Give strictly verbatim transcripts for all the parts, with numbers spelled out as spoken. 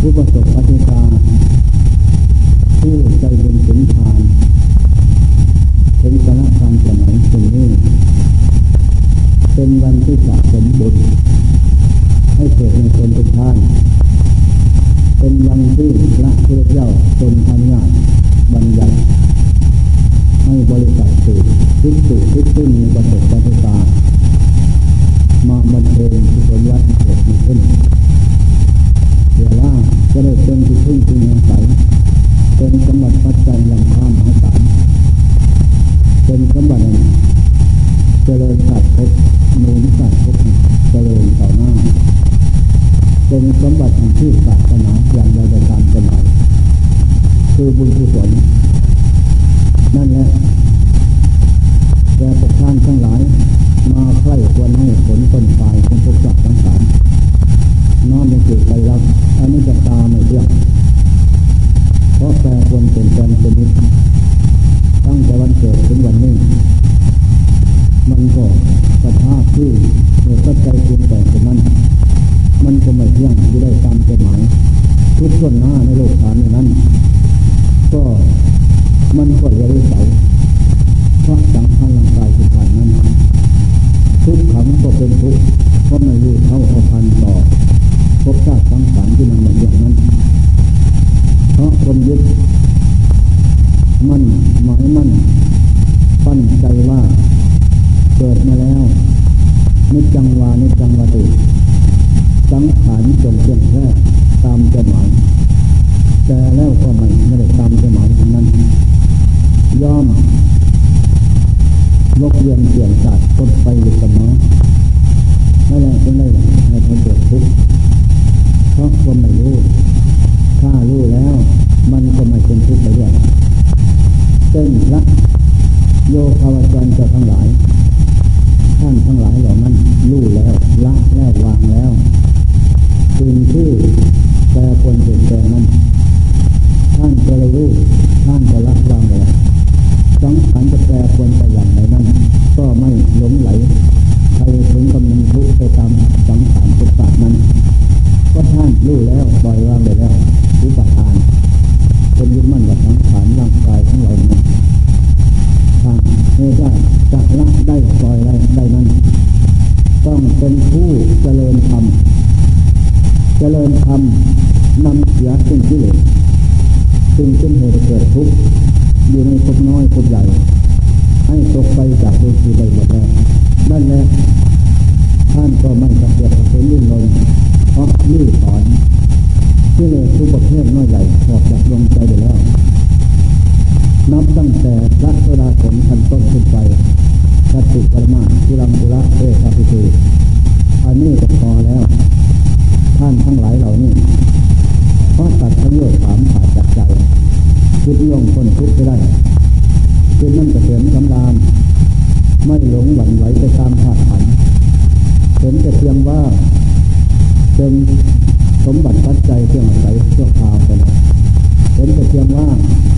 ผู้ประสบปฏิภาณผู้ใจบุญถึงทานถึงสละการสมัยตรงนี้เป็นวันที่สะสมบุญให้เกิดในคนทุกท่านเป็นวันที่พระพุทธเจ้าทรงอนุญาตบัญญัติให้บริษัทสื่อทุกสุทุกที่มีประสบปฏิภาณมาบำเพ็ญกุศลวัดเกิดขึ้นเพื่อว่าจะได้เป็นที่พึ่งที่อาศัยเป็นสมบัติปัจจัยลำข้ามหาศาลเป็นสมบัติเจริญศาสตร์พบมูลศาสตร์พบเจริญต่อหน้าเป็นสมบัติของที่ศาสนาอย่างใดๆตามสมัยคือบุญกุศลนั่นแหละแต่พวกท่านทั้งหลายมาใคร่ควรให้ผลต้นปลายของพวกจักทั้งสามน้อมลงสู่ใจรักอันนี้จะตาไม่เลือกเพราะแปรควรเปลี่ยนแปลงชนิดตั้งแต่วันเกิดถึงวันนี้มันก็สภาพที่เหตุปัจจัยปรุงแต่งเช่นนั้นมันก็ไม่เที่ยงที่ได้ตามใจหมายทุกส่วนหน้าในโลกฐานนี้นั้นก็มันก็เรียกใสเพราะสังขารร่างกายทุกขันนั้นทุกขังก็เป็นทุกข์เพราะไม่รู้เท่าเอาพันต่อพบชาติสังขารที่มันเหมือนอย่างนั้นเพราะความยึดมันหมายมั่นปั้นใจว่าเกิดมาแล้วนิจจังวานิจจังวาติสังขารจงเที่ยงแท้ตามใจหมายแต่แล้วก็ไม่ไม่ได้ตามใจหมายทั้งนั้นย่อมลกเวียนเปลี่ยนศาสตร์พ้นไปอยู่เสมอนั่นแหละเป็นไรให้ผลเกิดทุกข์เพราะความไม่รู้ถ้ารู้แล้วมันก็ไม่เป็นทุกข์ไปด้วยเช่นพระโยคาวจรเจ้าทั้งหลายท่านทั้งหลายเหล่านั้นรู้แล้วละแล้ววางแล้วสิ่งที่แปรปรวนเปลี่ยนแปลงนั้นท่านก็รู้ท่านก็ละวางแล้วสังขารจะแปรปรวนไปอย่างไรนั้นก็ไม่หลงไหลใครถึงกำลังทุกข์ไปตามสังขารทุกศาสตร์นั้นก็ท่านรู้แล้วปล่อยวางไปแล้วอุปทานเป็นยึดมั่นกับสังขารร่างกายของเราเนี่ยถ้าไม่ได้จะละได้ปล่อยได้ได้นั้นต้องเป็นผู้เจริญธรรมเจริญธรรมนำเสียซึ่งกิเลสซึ่งเป็นเหตุเกิดทุกข์อยู่ในภพน้อยภพใหญ่ให้ตกไปจากโลกีได้หมดแล้วนั่นแหละท่านก็ไม่กระเกียดกระเสือลื่นลมเพราะลื้อถอนกิเลสทุกประเภทน้อยใหญ่ออกจากดวงใจไปแล้วนับตั้งแต่พระโสดาผลขั้นต้นขึ้นไปกัตถุปรมาทุลังกุระเอสาภิเทอันนี้ก็พอแล้วท่านทั้งหลายเหล่านี้เพราะตัดทั้งโลกถามขาดจากใจคิดล่วงพ้นทุกข์ไปได้คิดนั่นจะเสริมกำลังไม่หลงหวั่นไหวไปตามธาตุขันธ์เห็นแต่เพียงว่าเป็นสมบัติปัจจัยเครื่องอาศัยชั่วคราวไปแล้วเห็นแต่เพียงว่า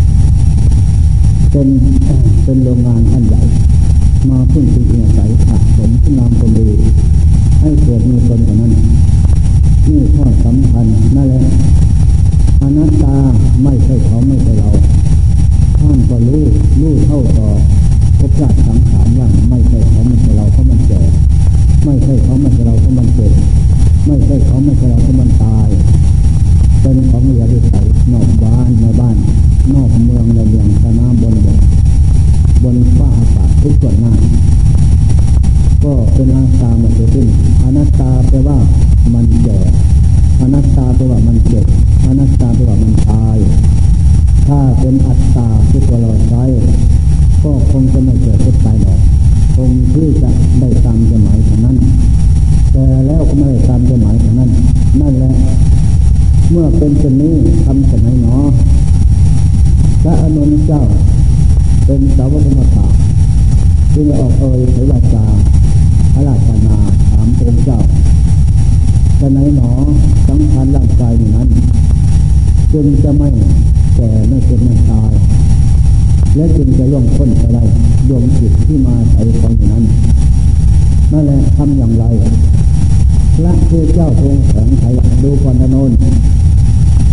เป็นเป็นโรงงานอันใหญ่มาพึ่งพิงอาศัยสะสมคุณงามความดีให้เกิดมีตนกว่านั้นนี่ข้อสำคัญนั่นแหละอนัตตาไม่ใช่เขาไม่ใช่เราท่านก็รู้รู้เท่าต่อภพชาติสังขารว่าไม่ใช่เขาไม่ใช่เราเพราะมันแก่ไม่ใช่เขาไม่ใช่เราเพราะมันเกิดไม่ใช่เขาไม่ใช่เราเพราะมันตายเป็นของเหลือวิสัยนอกบ้านในบ้านนอกเมืองในเมืองสนามบนบกบนฟ้าอากาศทุกส่วนหน้าก็เป็นอนัตตาหมดสิ้นอนัตตาแปลว่ามันแก่อนัตตาแปลว่ามันเจ็บอนัตตาแปลว่ามันตายถ้าเป็นอัตตาที่ตัวเราใช้ก็คงจะไม่เกิดขึ้นตายหรอกคงที่จะได้ตามใจหมายเท่านั้นแต่แล้วก็ไม่ได้ตามใจหมายเท่านั้นนั่นแหละเมื่อเป็นเช่นนี้ทำจะไหนหนอพระอานนท์เจ้าเป็นสาวกธรรมตาจึงออกเอ่ยเผยวาจาอาราธนาถามองค์เจ้าจะไหนหนอสังขารร่างกายนั้นจึงจะไม่แก่ไม่เจ็บไม่ตายและจึงจะล่วงพ้นไปได้ดวงจิตที่มาใส่ของอย่างนั้นนั่นแหละทำอย่างไรพระพุทธเจ้าทรงแสงไขดูก่อนนะโนน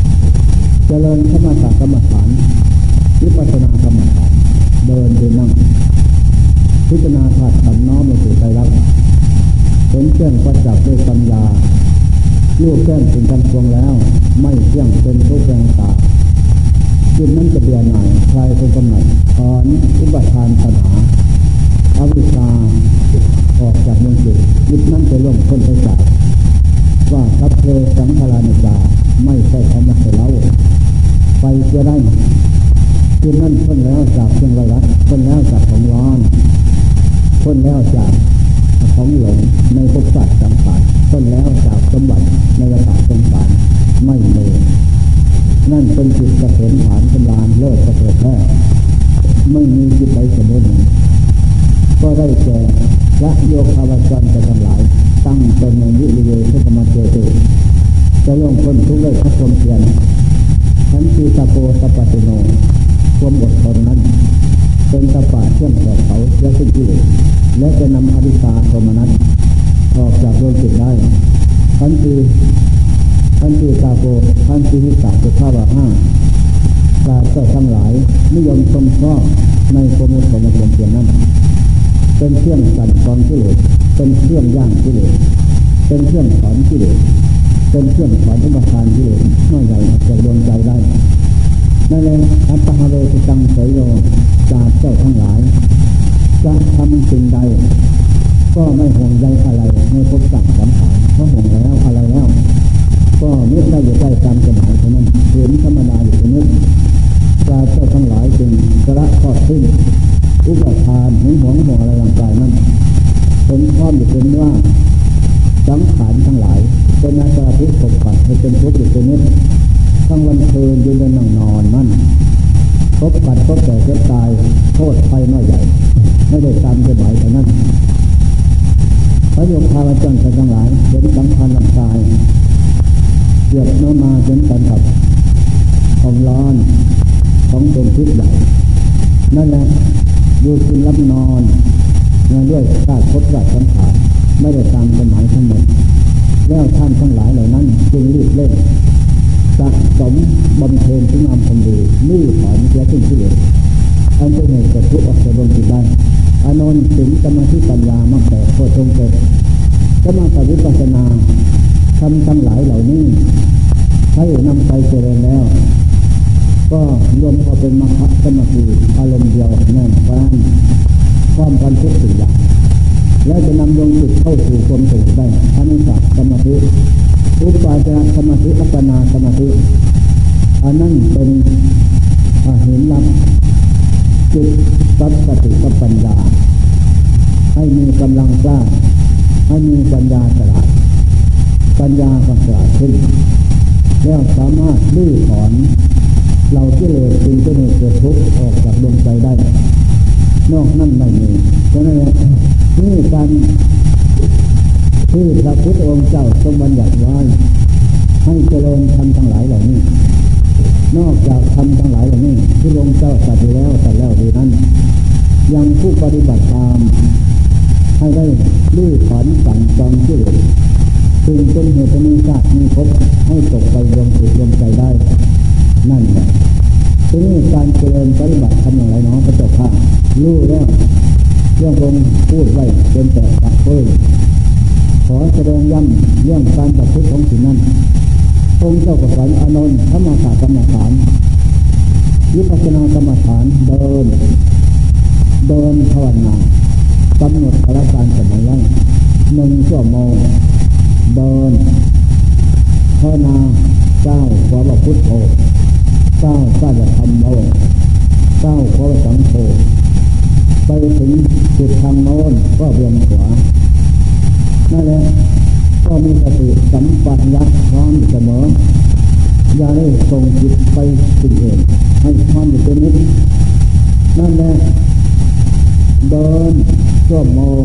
เจริญสมถกรรมฐานวิปัสสนากรรมฐานเดินเดินนั่งพิจารณาธาตุขันธ์น้อมลงสู่ใจรักเห็นแจ้งประจักษ์ด้วยปัญญาลูกแก้มถึงกันทวงแล้วไม่เที่ยงเป็นทุกข์แรงตาจิตนั้นจะเบื่อหน่ายคลายเป็นกำหนัดถอนอุปทานตัณหาอวิชชาออกจากดวงจิตจิตนั้นจะล่วงพ้นไปจากว่าสัพเพสังขารานิจจาไม่ใช่ธรรมะเราไปจะได้จิตนั้นพ้นแล้วจากเครื่องไวรัสพ้นแล้วจากของร้อนพ้นแล้วจากของหลงในภพชาติสังขารพ้นแล้วจากสมบัติในวัฏสงสารไม่เลยนั่นเป็นจิตกระเสนฐานกำลานเลิศประเสริฐแท้ไม่มีจิตใดเสมอหนึ่งก็ได้แก่ละโยคาวจรจะทั้งหลายตั้งตนในวิริเวสกมาเจเตจะล่วงพ้นทุกข์ได้เพราะความเพียรขันติตะโกสัพพติโนความอดทนนั้นเป็นตะปะเชื่อมต่อเขาและสิ่งที่และจะนำอวิชชาโทมนัสออกจากดวงจิตได้ขันติขันติตาโกขันติหิตาสุภาพห้าปราศจากทั้งหลายนิยมชมชอบในความอดทนในความเพียรนั้นเป็นเครื่องสั่นคลอนกิเลสเป็นเครื่องย่างกิเลสเป็นเครื่องถอนกิเลสเป็นเครื่องถอนอุปทานกิเลสน้อยใหญ่จากดวงใจได้นั่นเองอัตตาเวทิตังเสยโยจากเจ้าทั้งหลายจะทำสิ่งใดก็ไม่ห่วงใยอะไรในภพสังขารเพราะห่วงแล้วอะไรแล้วก็นึกได้อยู่ใกล้ตามกฎหมายเท่านั้นเห็นธรรมดาอยู่ตรงนี้จากเจ้าทั้งหลายจึงสละทอดทิ้งอุปทานหึงหวงห่วงอะไรต่างๆนั้นเป็นข้อมอยู่เป็นว่าสังขารทั้งหลายเป็นอาสาพิภพปัดให้เป็นทุกข์อยู่ตรงนี้ทั้งวันคืนยืนเดินนั่งนอนนั่นพบปัดพบแต่เจ็บตายโทษภัยน้อยใหญ่ไม่ได้ตามกฎหมายแต่นั้นพระโยคาวจรทั้งหลายเห็นสังขารร่างกายเกิดโนมาเป็นกันกับของร้อนของเป็นพิษใหญ่นั่นแหละอยู่กินรับนอนด้วยธาตุภพธาตุสังขารไม่ได้ตามกฎหมายทั้งหมดแล้วท่านทั้งหลายเหล่านั้นจึงรีบเร่งสะสมบำเพ็ญคุณงามความดีนี่ถอนเสียทิ้งที่เหลืออันเป็นเหตุเกิดทุกข์ออกจากดวงจิตได้อานนท์ถึงสมาธิปัญญามากแต่โพชงเกิดสมาธิวิปัสสนาทำทั้งหลายเหล่านี้ให้นำไปเจริญแล้วก็รวมพอเป็นมรรคสมาธิอารมณ์เดียวแน่นแฟ้นพร้อมกันทุกสิ่งอย่างและจะนำดวงจิตเข้าสู่ความสงบได้อนิสสสมาธิอุปาจารสมาธิอัปปนาสมาธิอันนั้นเป็นเห็นลับจิตสัพสติกับปัญญาให้มีกำลังกล้าให้มีปัญญาฉลาดปัญญาก็ฉลาดขึ้นแล้วสามารถลื้อถอนเราที่เลวจึงจะไม่เกิดทุกข์ออกจากดวงใจได้นอกนั่นไม่มีเพราะนั้นนี่การที่พระพุทธองค์เจ้าทรงบัญญัติไว้ให้เจริญธรรมทั้งหลายเหล่านี้นอกจากธรรมทั้งหลายเหล่านี้ที่พระองค์เจ้าตรัสแล้วตรัสแล้วดีนั้นยังผู้ปฏิบัติตามให้ได้ลื้อถอนสั่งจองกิเลสซึ่งเป็นเหตุมีชาติมีภพให้ตกไปรวมจิตรวมใจได้นั่นแหละทีนี้การเจริญปฏิบัติทำอย่างไรเนาะพระเจ้าข้ารู้แล้วเรื่ององค์พูดไว้เป็นแต่ปักเป้ยขอแสดงย้ำเรื่องการประพฤติของสิ่งนั้นองค์เจ้าประสานอานนท์ธรรมศาสตร์กรรมฐานวิปัสสนากรรมฐานเดินเดินภาวนากำหนดพระการสมัยไว้หนึ่งชั่วโมงเดินภาวนาเก้าขวบพุทโธเก้าข้าจะทำโมเก้าขวบสังโฆไปถึงจุดทางโน้นก็เวียนขวานั่นแหละก็มีสติสัมปชัญญะพร้อมเสมออย่าได้ส่งจิตไปสิ่งอื่นให้พร้อมอยู่เป็นนิดนั่นแหละเดินชั่วโมง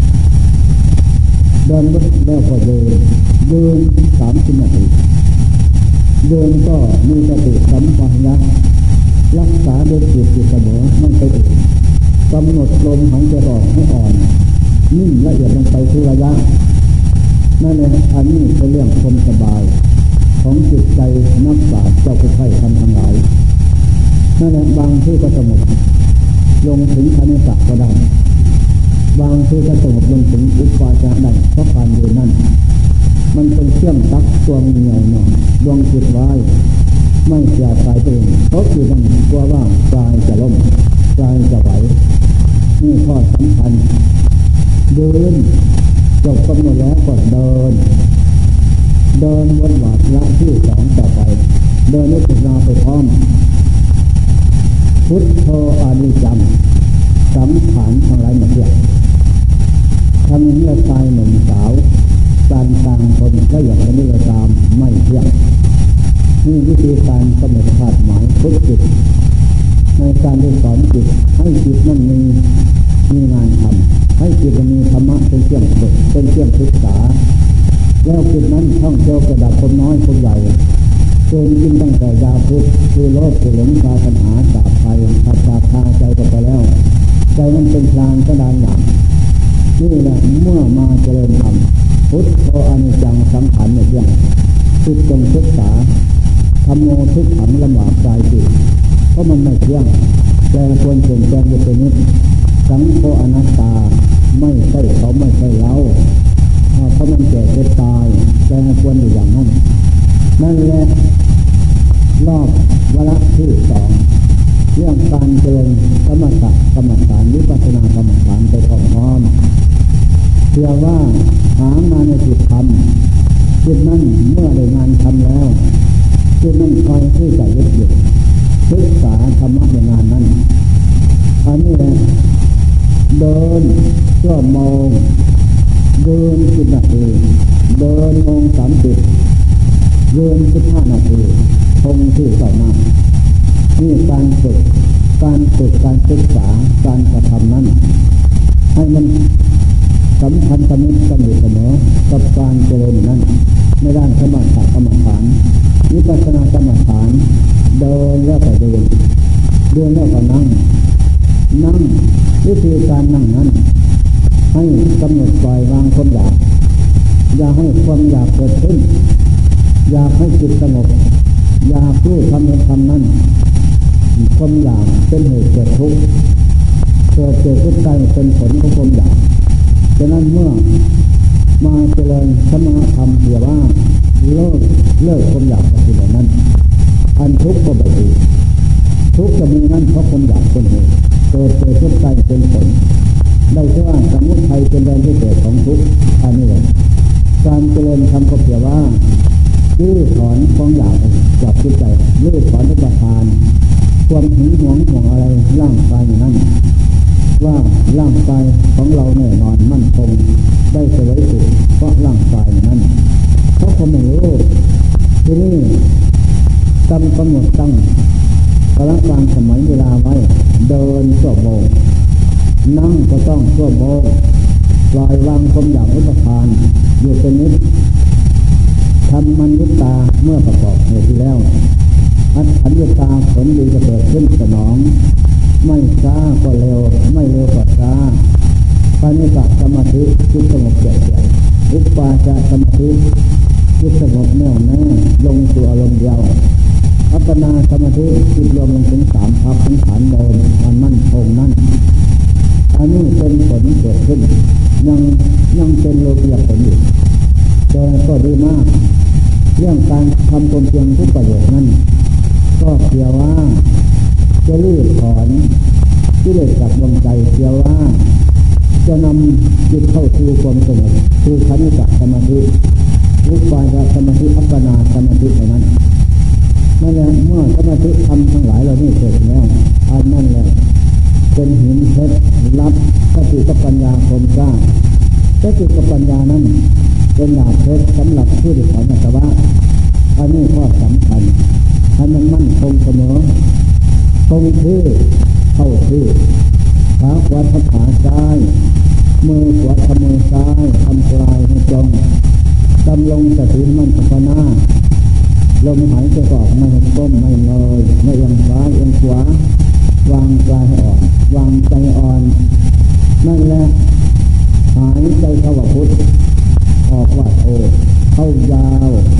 เดินแล้วก็เดินเดินสามสิบนาทีเดินก็มีสติสัมปชัญญะรักษาด้วยจิตอยู่เสมอไม่ไปอื่นกำหนดลมหายใจออกให้อ่อนนิ่งละเอียดลงไปทุกระยะนั่นเองอันนี้เป็นเรื่องคนสบายของจิตใจนักปราชญ์เจ้าผู้ใคร่ทำทั้งหลายนั่นแหละบางที่ก็สงบลงถึงคณิกะก็ได้บางที่ก็สงบลงถึงอุปาจารได้เพราะการเรียนนั้นมันเป็นเครื่องตักตัวเหนียวหน่อยดวงจิตไว้ไม่เสียกายตัวเองเพราะคือมันกลัวว่ากายจะล้มกายจะไหวนี่ข้อสำคัญเดินจบกำหนดแล้วก็เดินเดินวนวาระที่สองต่อไปเดินนึกถึงเราไปพร้อมพุทโธอนิจจังสังขารทั้งหลายมาเที่ยวทำให้เราตายหนุ่มสาวการต่างคนก็อย่างนี้เราตามไม่เที่ยงนี่วิธีการกำหนดคาดหมายฝึกจิตในการที่สอนจิตให้จิตนั้นมีมีงานทำให้จิตมีธรรมะเป็นเครื่องฝึกเป็นเครื่องศึกษาแล้วจิตนั้นท่องเที่ยวกระดับคนน้อยคนใหญ่เกินยิ่งตั้งแต่ยาพิษคือโลภคือหลงชาปัญหาสาบไฟขับตาพาใจไปแล้วใจนั้นเป็นพลางกระดานหนักนี่แหละเมื่อมาเจริญธรรมพุทโธอนิจจังสังขารเนี่ยยังจิตจงศึกษาธรรมโมทุกขังลำบากใจจิตเพราะมันไม่เที่ยงแปลควรเปลี่ยนแปลงอยู่เป็นนิดสังโฆอนัตตาไม่ใช่เขาไม่ใช่เราเพราะมันแก่เกิดตายแปลควรอยู่อย่างนั้นนั่นแหละรอบวาระที่สองเรื่องการเจริญสมถะกรรมฐานวิปัสสนากรรมฐานไปพร้อมๆเชื่อว่าหางานในจิตทำจิตนั้นเมื่อได้งานทำแล้วจิตนั้นคอยที่จะยึดหยุดศึกษาธรรมะในงานนั้นอันนี้แหละเดินชั่วโมงเดินสิบนาทีเดินองสามสิบเดินสิบห้านาทีคงที่ต่อมานี่การฝึกการฝึกการศึกษาการกระทำนั้นให้มันสำคัญสำคัญกันอยู่เสมอกับการเจริญนั้นในด้านสมถะกรรมฐานวิปัสสนากรรมฐานเดินแล้วก็เดินเดินแล้วก็นั่งนั่งวิธีการนั่งนั้นให้กำหนดปล่อยวางความอยากอย่าให้ความอยากเกิดขึ้นอยากให้จิตสงบอยากรู้ทำในธรรมนั้นความอยากเป็นเหตุเกิดทุกข์เกิดเกิดขึ้นได้เป็นผลของความอยากฉะนั้นเมื่อมาเจริญสมถะเพียว่าเลิกเลิกความอยากกับสิ่งเหล่านั้นอันทุกข์ก็ไม่ดีทุกข์จะมีนั่นเพราะความอยากเป็นเหตุเกิดเกิดขึ้นได้เป็นผลได้ชื่อว่าสมุทัยเป็นแรงที่เกิดของทุกข์อันนี้เลยการเจริญธรรมก็เพียว่าลื้อถอนความอยากจากจิตใจลื้อถอนทุกประการความหึงหวงห่วงอะไรร่างกายอย่างนั้นว่าร่างกายของเราแน่นอนมั่นคงได้เสวยสุขเพราะร่างกายนั้นเพราะความไม่รู้ที่นี่กำกำหนดตั้งกาลการสมัยเวลาไว้เดินชั่วโมงนั่งก็ต้องชั่วโมงปล่อยวางความอยากอุปทานอยู่เป็นนิดทำมันยุตาเมื่อประกอบเหตุที่แล้วอัตถัญญตาผลดีจะเกิดขึ้นสนองไม่ช้าก็เร็วไม่เร็วก็ช้าปานิกะสมาธิจิตสงบเฉยๆอุปาจารสมาธิจิตสงบแน่วแน่ลงสู่อารมณ์เดียวอัปปนาสมาธิจิตรวมลงถึงสามพับทั้งฐานเดิมมันมั่นคงนั่นอันนี้เป็นผลเกิดขึ้นยังยังเป็นโลกียผลอยู่แต่ก็ดีมากเรื่องการทำความเพียรทุกประโยชน์นั้นก็เพียงว่าจะลื้อถอนกิเลสจากดวงใจเพียงว่าจะนำจิตเข้าสู่ความสงบคือคณิกะสมาธิอุปาจารสมาธิอัปปนาสมาธิเท่านั้นนั่นแหละเมื่อสมาธิทำทั้งหลายเรานี่เกิดแล้วอันนั่นแหละเป็นหินเพชรรับสติกับปัญญาคมกล้าสติกับปัญญานั้นเป็นหยาบเพชรสำหรับผู้ที่ถอนอาสวะอันนี้ข้อสำคัญอันมันมั่นคงเสมอคงที่เข้าที่ขาขวาทับขาซ้ายมือขวาทำมือซ้ายทำปลายให้จงดำลงสติมั่นภาวนาลมหายใจออกไม่ก้มไม่เงยไม่ยังซ้ายยังขวาวางกายให้อ่อนวางใจอ่อนนั่นแหละหายใจเข้าว่าพุทธออกว่าโทเข้ายาว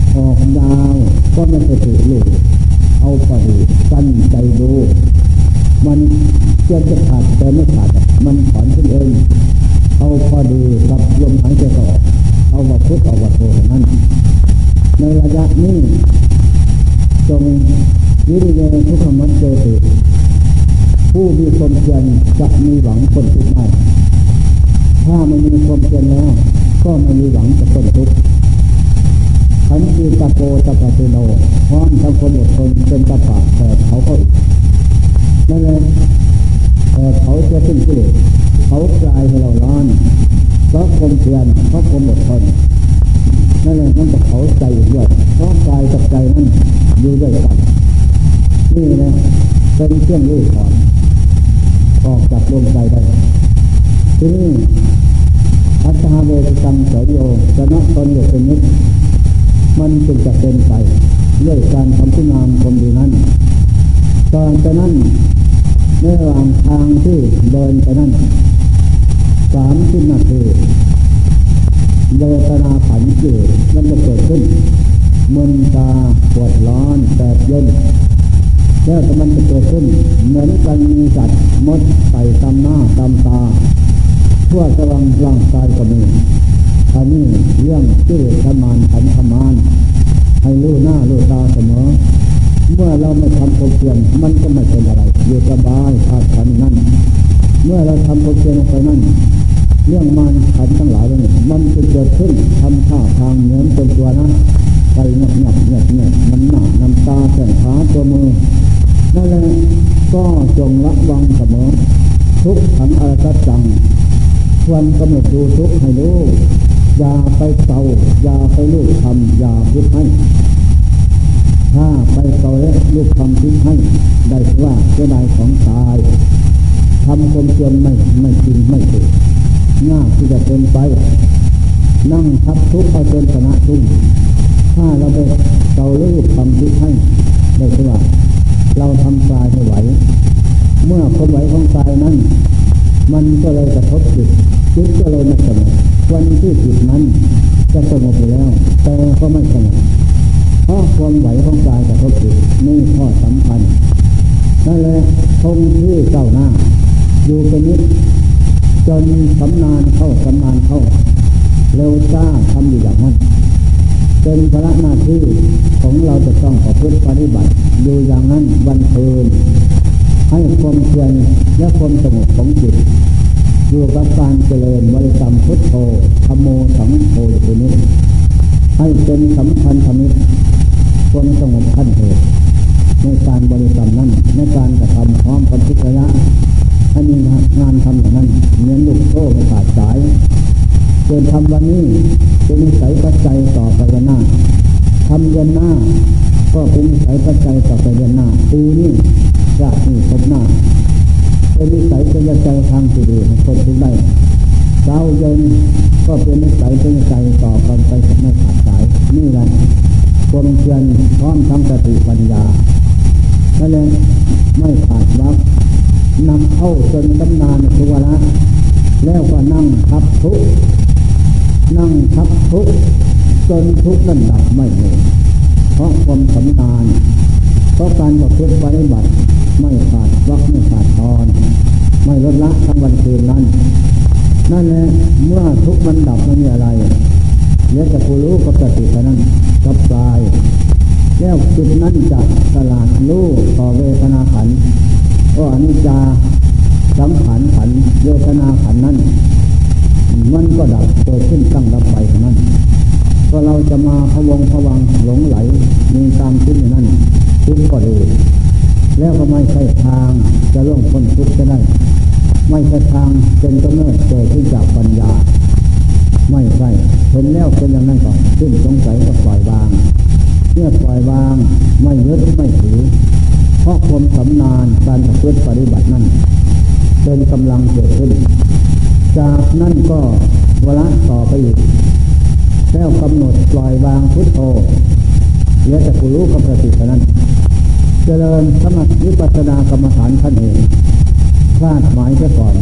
ออกยาวก็ไม่สติลูกเอาพอดีตั้งใจดูมันเชื่อจะขาดแต่ไม่ขาดมันถอนขึ้นเองเอาพอดีกับลมหายใจเข้าออกเอาว่าพุทธเอาว่าโทนั้นในระยะนี้จงวิริยะทุกขมัจเจติผู้มีความเพียรจะมีหวังพ้นทุกข์ได้ถ้าไม่มีความเพียรแล้วก็ไม่มีหวังจะพ้นทุกข์ขันติตะโกตะปะเตโนพร้อมทั้งความอดทนเป็นตะปะแต่เขาก็นั่นเลยแต่เขาจะขึ้นกิเลสเขากลายให้เราร้อนเพราะความเพียรเพราะความอดทนนั่นเลยมันจะเขาใจอยู่ด้วยเพราะกายกับใจนั้นอยู่ด้วยกันนี่นะเป็นเครื่องรู้ถอนออกจากดวงใจได้ที่นี่อัตตาเวทตังเสยโยชนะตนอยู่เป็นนิดมันจึงจะเป็นไปด้วยการทำคุณงามความดีนั้นตอนจากนั้นในระหว่างทางที่เดินไปนั้นสามสิบนาทีเวทนาขันธ์เกิดมันจะเกิดขึ้นมึนตาปวดร้อนแสบเย็นแล้วมันจะเกิดขึ้นเหมือนกันมีสัตว์มดไต่ตามหน้าตามตาทั่วกำลังร่างกายก็มีอันนี้เรื่องชื่อธรรมานขันธมานให้รู้หน้ารู้ตาเสมอเมื่อเราไม่ทำความเพียรมันก็ไม่เป็นอะไรอยู่สบายธาตุขันนั่นเมื่อเราทำความเพียรลงไปนั่นเรื่องมันขันทั้งหลายนี่มันจะเกิดขึ้นทำท่าทางเหมือนเป็นตัวนั้นไปเงียบเงียบเงียบเงียบน้ำหน้าน้ำตาแขนขาตัวมือนั่นแหละก็จงระวังเสมอทุกขังอรัตจังควรกำหนดดูทุกให้รู้อย่าไปเศร้าอย่าไปลูกทำอย่าพิดให้ถ้าไปเศร้าและลูกทำพิดให้ได้ว่าเสียดายของตายทำความเพียรไม่ไม่จริงไม่ถูกง่ายที่จะเป็นไปนั่งทับทุกข์เอาจนชนะทุกข์ถ้าเราไปเศร้าลูกทำพิดให้ได้ว่าเราทำกายไม่ไหวเมื่อความไหวของกายนั้นมันก็เลยกระทบจิตจิตก็เลยไม่สงบวันที่จิตนั้นจะสงบไปแล้วแต่ก็ไม่สงบเพราะความไหวของกายกระทบจิตนี่ข้อสำคัญนั่นแหละคงที่เจ้าหน้าอยู่เป็นนิดจนสำนานเข้าสำนานเข้าเร็วจ้าทำอยู่อย่างนั้นเป็นภาระหน้าที่ของเราจะต้องประพฤติปฏิบัติอยู่อย่างนั้นวันคืนให้ความเพียรและความสงบของจิตอยู่กับการเจริญบริกรรมพุทโธธัมโมสังโฆอยู่นี้ให้เป็นสำคัญธรรมิความสงบขั้นเถิดในการบริกรรมนั้นในการกระทำพร้อมกันทุกระยะให้มีงานทำอย่างนั้นเหมือนลูกโซ่ไม่ขาดสายเกิดทำวันนี้เป็นนิสัยปัจจัยต่อไปวันหน้าทำเดือนหน้าก็เป็นนิสัยปัจจัยต่อไปเดือนหน้าปีนี้ชาตินี้พบหน้าเป็นนิสัยเป็นใจทางที่ดีของคนทุกได้เช้าเย็นก็เป็นนิสัยเป็นใจต่อกันไปไม่ขาดสายนี่แหละความเพียรพร้อมทั้งสติปัญญานั่นเองไม่ขาดวักนำเข้าจนตำนานทุกเวลาแล้วก็นั่งทับทุกนั่งทับทุกจนทุกนั้นดับไม่เลยเพราะความสำนานเพราะการประพฤติปฏิบัติไม่ขาดวักไม่ขาดตอนไม่ลดละทั้งวันคืนนั้นนั่นแหละเมื่อทุกมันดับไม่มีอะไรเหลือแต่ผู้รู้กับสติเท่านั้นกับกายแล้วจิตนั้นจะฉลาดรู้ต่อเวทนาขันธ์ก็อนิจจาสังขารขันธ์เวทนาขันธ์นั้นมันก็ดับเกิดขึ้นตั้งดับไปเท่านั้นก็เราจะมาพะวงพะวังหลงไหลมีตามคิดอย่างนั้นทุกข์ก็ดีแล้วก็ไม่ใช่ทางจะล่วงพ้นทุกข์จะได้ไม่ใช่ทางเป็นกำเนิดเกิดขึ้นจากปัญญาไม่ใช่เห็นแล้วเป็นอย่างนั้นก่อนขึ้นสงสัยก็ปล่อยวางเมื่อปล่อยวางไม่ยึดไม่ถือเพราะความสำนานการประพฤติปฏิบัตินั้นเป็นกำลังเกิดขึ้นจากนั้นก็วละต่อไปอีกแล้วกำหนดปล่อยวางพุทโธเหลือแต่ผู้รู้กับสติเท่านั้นเจริญสมถวิปัสสนากรรมฐานขั้นเองคาดหมายไว้ก่อน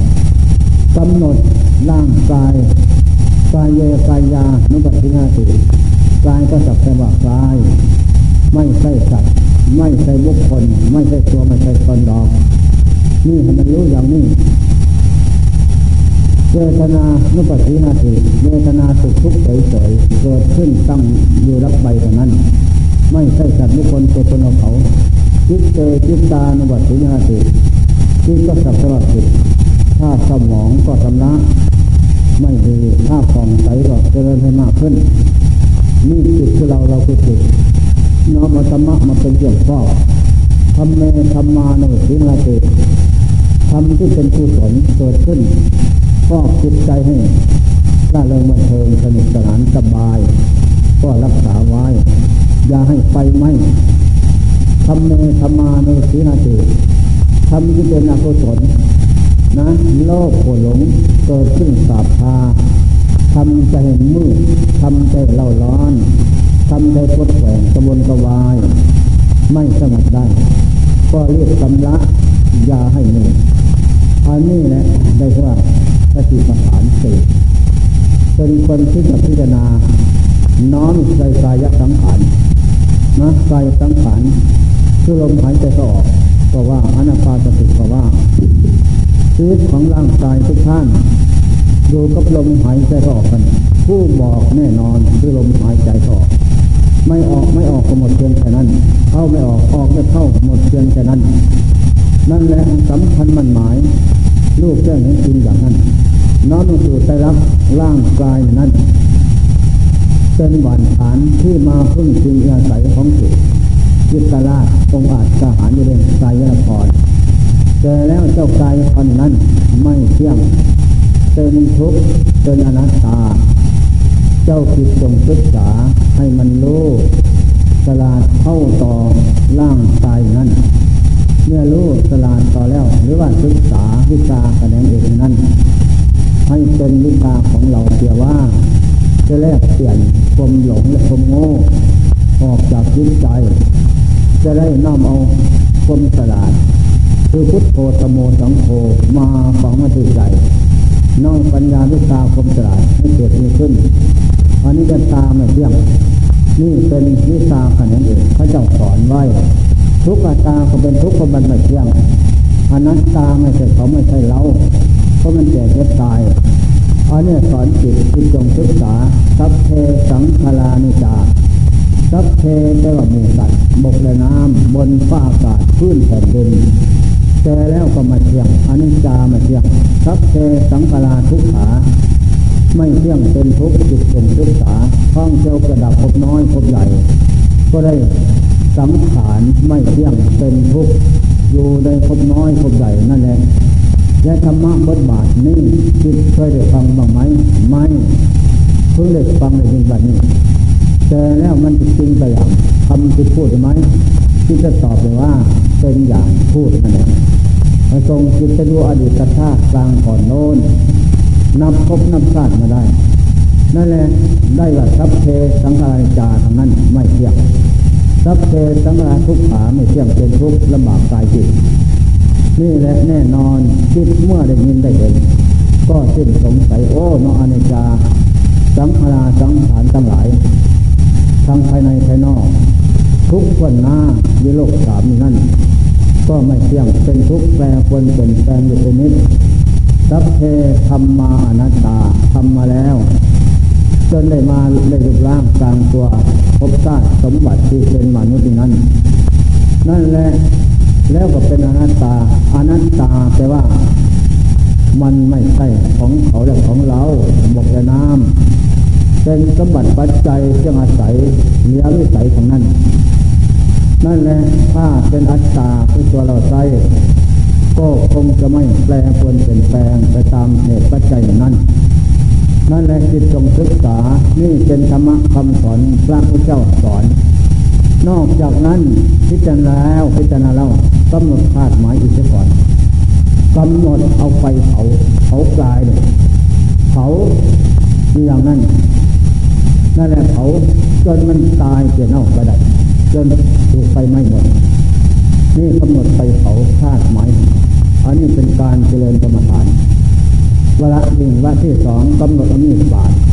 กำหนดร่างกายกายเยกายานุปัสสินาติกายก็สักแต่ว่ากายไม่ใช่สัตว์ไม่ใช่บุคคลไม่ใช่ตัวไม่ใช่ตนดอกนี่ให้มันรู้อย่างนี้เวทนานุปัสสินาติเวทนาสุขทุกข์เฉยๆเกิดขึ้นตั้งอยู่รับไปเท่านั้นไม่ใช่สัตว์บุคคลตัวตนของเขาจิตเจจิตตานุปัสสินาติจิตก็สักแต่ว่าจิตถ้าสมองก็ชำระไม่ดีถ้าผ่องใสก็เจริญให้มากขึ้นนี่จิตคือเราเราคือจิตน้อมธรรมะมาเป็นเครื่องฟอกธรรมเมธรรมานุปัสสินาติธรรมที่เป็นกุศลเกิดขึ้นฟอกจิตใจให้ร่าเริงบันเทิงสนุกสนานสบายก็รักษาไว้อย่าให้ไฟไหม้ธรรมเมธรรมานุปัสสินาติธรรมที่เป็นอกุศลนะโลภโกรธหลงเกิดขึ้นสาบพาทำใจมืดทำใจเล่าร้อนทำใจปวดแขวงกระวนกระวายไม่สงบได้ก็เรียกชำระยาให้เหนื่อยอันนี้แหละได้ว่าสติปัฏฐานสี่เป็นคนที่จะพิจารณาน้อมใจกายสังขารนะกายสังขารคือลมหายใจเข้าออกก็ว่าอานาปานสติก็ว่าชีวิตของร่างกายทุกท่านดูกับลมหายใจเข้าออกกันผู้บอกแน่นอนคือลมหายใจเข้าออกไม่ออกไม่ออกก็หมดเพียงแค่นั้นเข้าไม่ออกออกไม่เข้าหมดเพียงแค่นั้นนั่นแหละสำคัญมันหมายลูกแจ้งเห็นจริงอย่างนั้นน้อมลงสู่ใจรักร่างกายนั้นเป็นหวานฐานที่มาพึ่งพิงอาศัยของจิตจิตราชองค์อาจกหาญอยู่ในกายนครแต่แล้วเจ้ากายอันนั้นไม่เที่ยงเป็นทุกข์เป็นอนัตตาเจ้าคิดจงศึกษาให้มันรู้สลาดเข้าต่อร่างกายนั้นเมื่อรู้สลาดต่อแล้วหรือว่าศึกษาวิชาแสดงเองนั้นให้เป็นวิชาของเราเสียว่าจะแลกเปลี่ยนความหลงและความโง่ออกจากจิตใจจะได้นำเอาความสลาดคือพุทโธธโมสังโฆมาฝังในจิตใจน้อมปัญญาวิชาความสลาดให้เกิดมีขึ้นอันนี้จะตามไม่เที่ยงนี่เป็นวิชาแขนงเอกพระเจ้าสอนไว้ทุกข์ตาก็เป็นทุกข์ก็มันไม่เที่ยงอนัตตาไม่ใช่เขาไม่ใช่เราเพราะมันแก่เจ็บตายอันนี้สอนจิตที่จงศึกษาสัพเพสังขารานิจจาสัพเพแปลว่าหมู่สัตว์บกและน้ำบนฟ้าอากาศพื้นแผ่นดินแต่แล้วก็มาเที่ยงอนิจจาไม่เที่ยงสัพเพสังขาราทุกขาไม่เที่ยงเป็นทุกข์จิตจงศึกษาท่องเที่ยวกระดับพบน้อยพบใหญ่ก็ได้สังขารไม่เที่ยงเป็นทุกข์อยู่ในพบน้อยพบใหญ่นั่นแหละและธรรมะบทบาทนี้จิตเคยได้ฟังบ้างไหมไม่เพิ่งได้ฟังในยินบัดนี้แต่แล้วมันจริงไปอย่างคำที่พูดไหมที่จะตอบเลยว่าเป็นอย่างพูดนั่นแหละทรงจิตจะดูอดีตชาติกลางก่อนโน้นนับพบนับชาติมาได้นั่นแหละได้ว่าสัพเพสังขารานิจจาทางนั้นไม่เที่ยงสัพเพสังขาราทุกขาไม่เที่ยงเป็นทุกข์ลำบากกายจิตนี่แหละแน่นอนจิตเมื่อได้ยินได้เห็นก็สิ้นสงสัยโอ้เนาะอนิจจาสังขาราสังขารทั้งหลายทั้งภายในภายนอกทุกข์คนหน้าในโลกสามนี้นั่นก็ไม่เที่ยงเป็นทุกข์แปรปรวนเปลี่ยนแปลงอยู่เป็นนิจสัพเพธัมมาอนัตตาทำมาแล้วจนได้มาได้รูปร่างกลางตัวพบชาติสมบัติที่เป็นมนุษย์นั้นนั่นแหละแล้วก็เป็นอนัตตาอนัตตาแปลว่ามันไม่ใช่ของเขาและของเราบอกและน้ำเป็นสมบัติปัจจัยเครื่องอาศัยเหลือวิสัยของนั้นนั่นแหละถ้าเป็นอัตตาคือตัวเราใช้ก็คงจะไม่แปรปรวนเปลี่ยนแปลงไปตามเหตุปัจจัยนั้นนั่นแหละจิตจงศึกษานี่เป็นธรรมะคำสอนพระพุทธเจ้าสอนนอกจากนั้นพิจารณาแล้วพิจารณาแล้วกำหนดธาตุหมายอีกเสียก่อนกำหนดเอาไฟเผาเผากายเลยเผาอย่างนั้นนั่นแหละเผาจนมันตายเปลี่ยนเอาไปได้จนถูกไฟไหม้หมดนี่กำหนดไฟเผาธาตุหมายอันนี้เป็นการเจริญกรรมฐานวาระหนึ่งวาระที่สองกำหนดอมีดบาด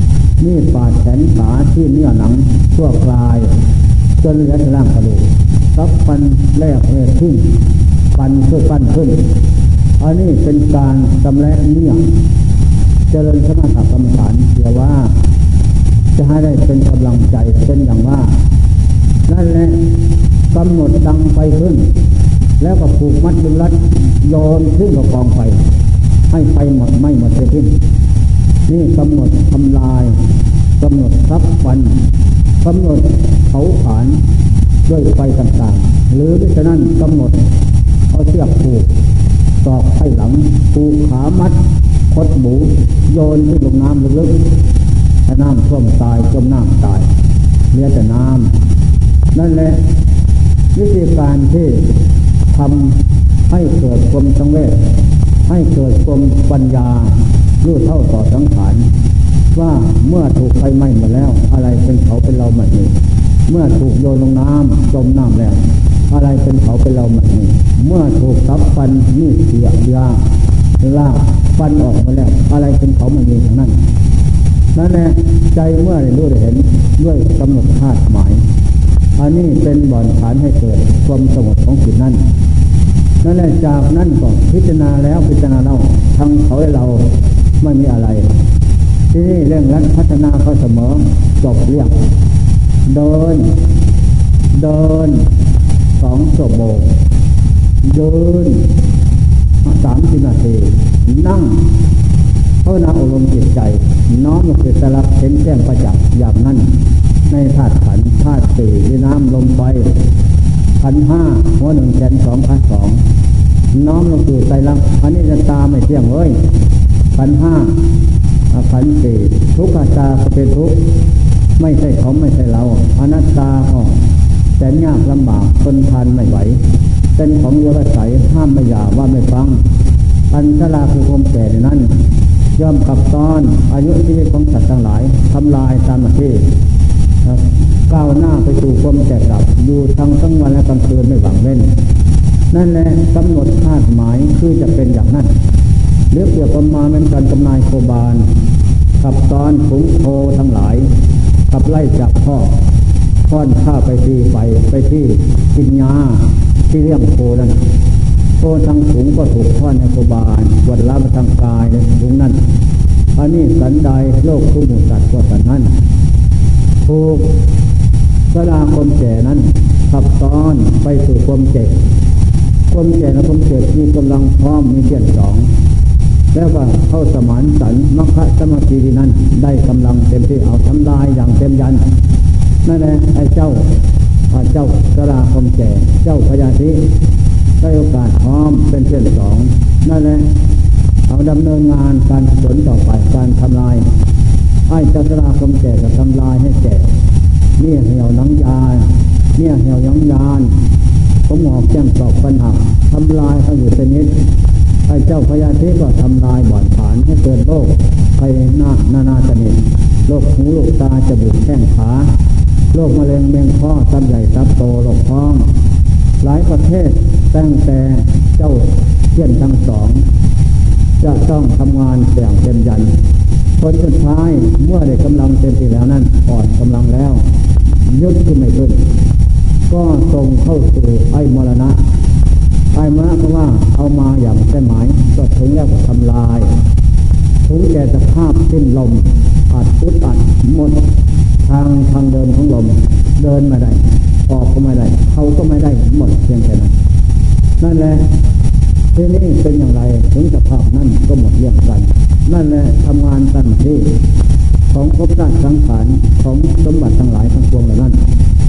มีดปาดแขนขาที่เนื้อหนังทั่วกลายจนเหลือแต่ร่างกระดูกซับฟันแลกเลือดทิ้งฟันขึ้นฟันขึ้นอันนี้เป็นการชำระเนื้อเจริญสมถกรรมฐานเพื่อว่าจะให้ได้เป็นกำลังใจเป็นอย่างว่านั่นแหละกำหนดดังไฟขึ้นแล้วก็ผูกมัดดึงรัดโยนขึ้นกับกองไฟให้ไฟหมดไม่หมดเสียทิ้งนี่กำหนดทำลายกำหนดซับฟันกำหนดเผาผลาญด้วยไฟต่างๆหรือมิฉะนั้นกำหนดเอาเชือกผูกตอกไฟหลังผูกขามัดคดหมูโยนขึ้นลงน้ำลึกๆถ้าน้ำท่วมตายจมน้ำตายเหลือแต่น้ำนั่นแหละวิธีการที่ทำให้เกิดความสังเวชให้เกิดความปัญญารู้เท่าต่อสังขารว่าเมื่อถูกไฟไหม้หมดแล้วอะไรเป็นเขาเป็นเราหมดนี้เมื่อถูกโยนลงน้ำจมน้ำแล้วอะไรเป็นเขาเป็นเราหมดนี้เมื่อถูกซับฟันมีดเสียบยาลากฟันออกมาแล้วอะไรเป็นเขาไม่มีทั้งนั้นนั่นแหละใจเมื่อได้รู้ได้เห็นด้วยกำหนดคาดหมายอันนี้เป็นบ่อนฐานให้เกิดความสงบของจิตนั้นนั่นแหละจากนั้นก็พิจารณาแล้วพิจารณาเล่าทั้งเขาให้เราไม่มีอะไรที่นี่เรื่องรัฐพัฒนาเขาเสมอจบเรื่องเดินเดินสองชั่วโมงเดินสามสิบนาทีนั่งภาวนาอบรมจิตใจน้อมลงสู่ตรัสเห็นแจ้งประจักษ์อย่างนั้นในธาตุขันธ์ธาตุสี่ดินน้ำลมไฟขันธ์ห้าหัวหนึ่งแขนสองขาสองน้อมลงสู่ใจรักอันนี้จะตาไม่เที่ยงเว้ยขันธ์ห้าขันธ์สี่ทุกขตาก็เป็นทุกข์ไม่ใช่เขาไม่ใช่เราอนัตตาก็แสนยากลำบากทนทานไม่ไหวเป็นของเยาวไสห้ามไม่หย่าว่าไม่ฟังอันชราคือความแก่นั้นย่อมกับตอนอายุชีวิตของสัตว์ทั้งหลายทำลายตามหน้าที่ก้าวหน้าไปสู่ความแก่กลับอยู่ทั้งทั้งวันและกลางคืนไม่หวังเว้นนั่นแหละกำหนดคาดหมายคือจะเป็นอย่างนั้นเรียกเกี่ยวกับมาเป็นการกำนายโคบาลขับตอนฝูงโคทั้งหลายขับไล่จับพ่อค้อนข้าไปที่ไปไปที่กินยาที่เลี้ยงโคนั่นโคทั้งฝูงก็ถูกค้อนในโคบาลวัดละมาทางกายในฝูงนั้นอันนี้สันใดโลกทุกหมู่สัตว์ก็สันนั้นถูกสลาคนแก่นั้นขับตอนไปสู่ความเจ็บความแก่และความเจ็บมีกำลังพร้อมมีเพียงสองแล้วก็เข้าสมานสันมัคคะสมาธินั้นได้กำลังเต็มที่เอาทำลายอย่างเต็มยันนั่นแหละไอ้เจ้าเจ้าสลาคนแก่เจ้าพญาธิได้โอกาสพร้อมเป็นเพียงสองนั่นแหละเอาดำเนินงานการสนต่อไปการทำลายให้เจ้าสลาคนแก่จะทำลายให้แก่เนี่ยเหี่ยวหนังยานเนี่ยเหี่ยวหนังยานผมหอกแจ้งตอบปัญหาทำลายเขาอยู่เป็นนิดไอ้เจ้าพญาธิก็ทำลายบ่อนฐานให้เกิดโรคภัยหน้านานาชนิดโรคหูโรคตาจมูกแข้งขาโรคมะเร็งเมียงข้อตับใหญ่ตับโตโรคท้องหลายประเทศตั้งแต่เจ้าเทียนทั้งสองจะต้องทำงานอย่างเต็มยันคนสุดท้ายเมื่อได้กำลังเต็มที่แล้วนั้นอ่อนกำลังแล้วยึดขึ้นไม่ขึ้นก็ส่งเข้าสู่ไอ้มรณะไอ้มรณะเพราะว่าเอามาอย่างใช่หมายก็ถึงแล้วก็ทำลายถึงแก่สภาพสิ้นลมอัดอุดอัดหมดทางทางเดินของลมเดินไม่ได้ออกก็ไม่ได้เขาก็ไม่ได้หมดเพียงแค่นั้นนั่นแหละที่นี่เป็นอย่างไรถึงสภาพนั้นก็หมดเรื่องกันนั่นแหละทำงานตั้งที่ของภพชาติสังขารของสมบัติทั้งหลายทั้งปวงเหล่านั้น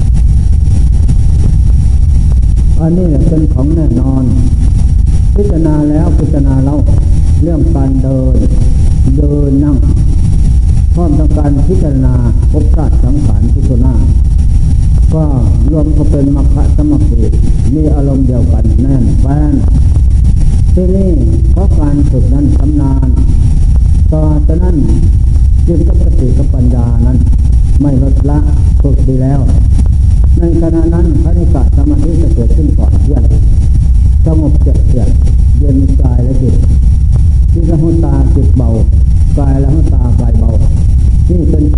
อันนี้เป็นของแน่นอนพิจารณาแล้วพิจารณาเล่าเรื่องการเดินเดินนั่งพร้อมทั้งการพิจารณาภพชาติสังขารทุกหน้าก็รวมก็เป็นมรรคสมาธิมีอารมณ์เดียวกันแน่นแฟ้นที่นี่เพราะการฝึกนั้นชำนาญต่อจากนั้นจิตกับสติกับปัญญานั้นไม่ลดละฝึกดีแล้วในขณะนั้นพระนิกะสมาธิจะเกิดขึ้นก่อนเพื่อนสงบเจ็บเสียดเย็นกายและจิตที่ละหุตาจิตเบากายและหุตากายเบานี่เป็นผล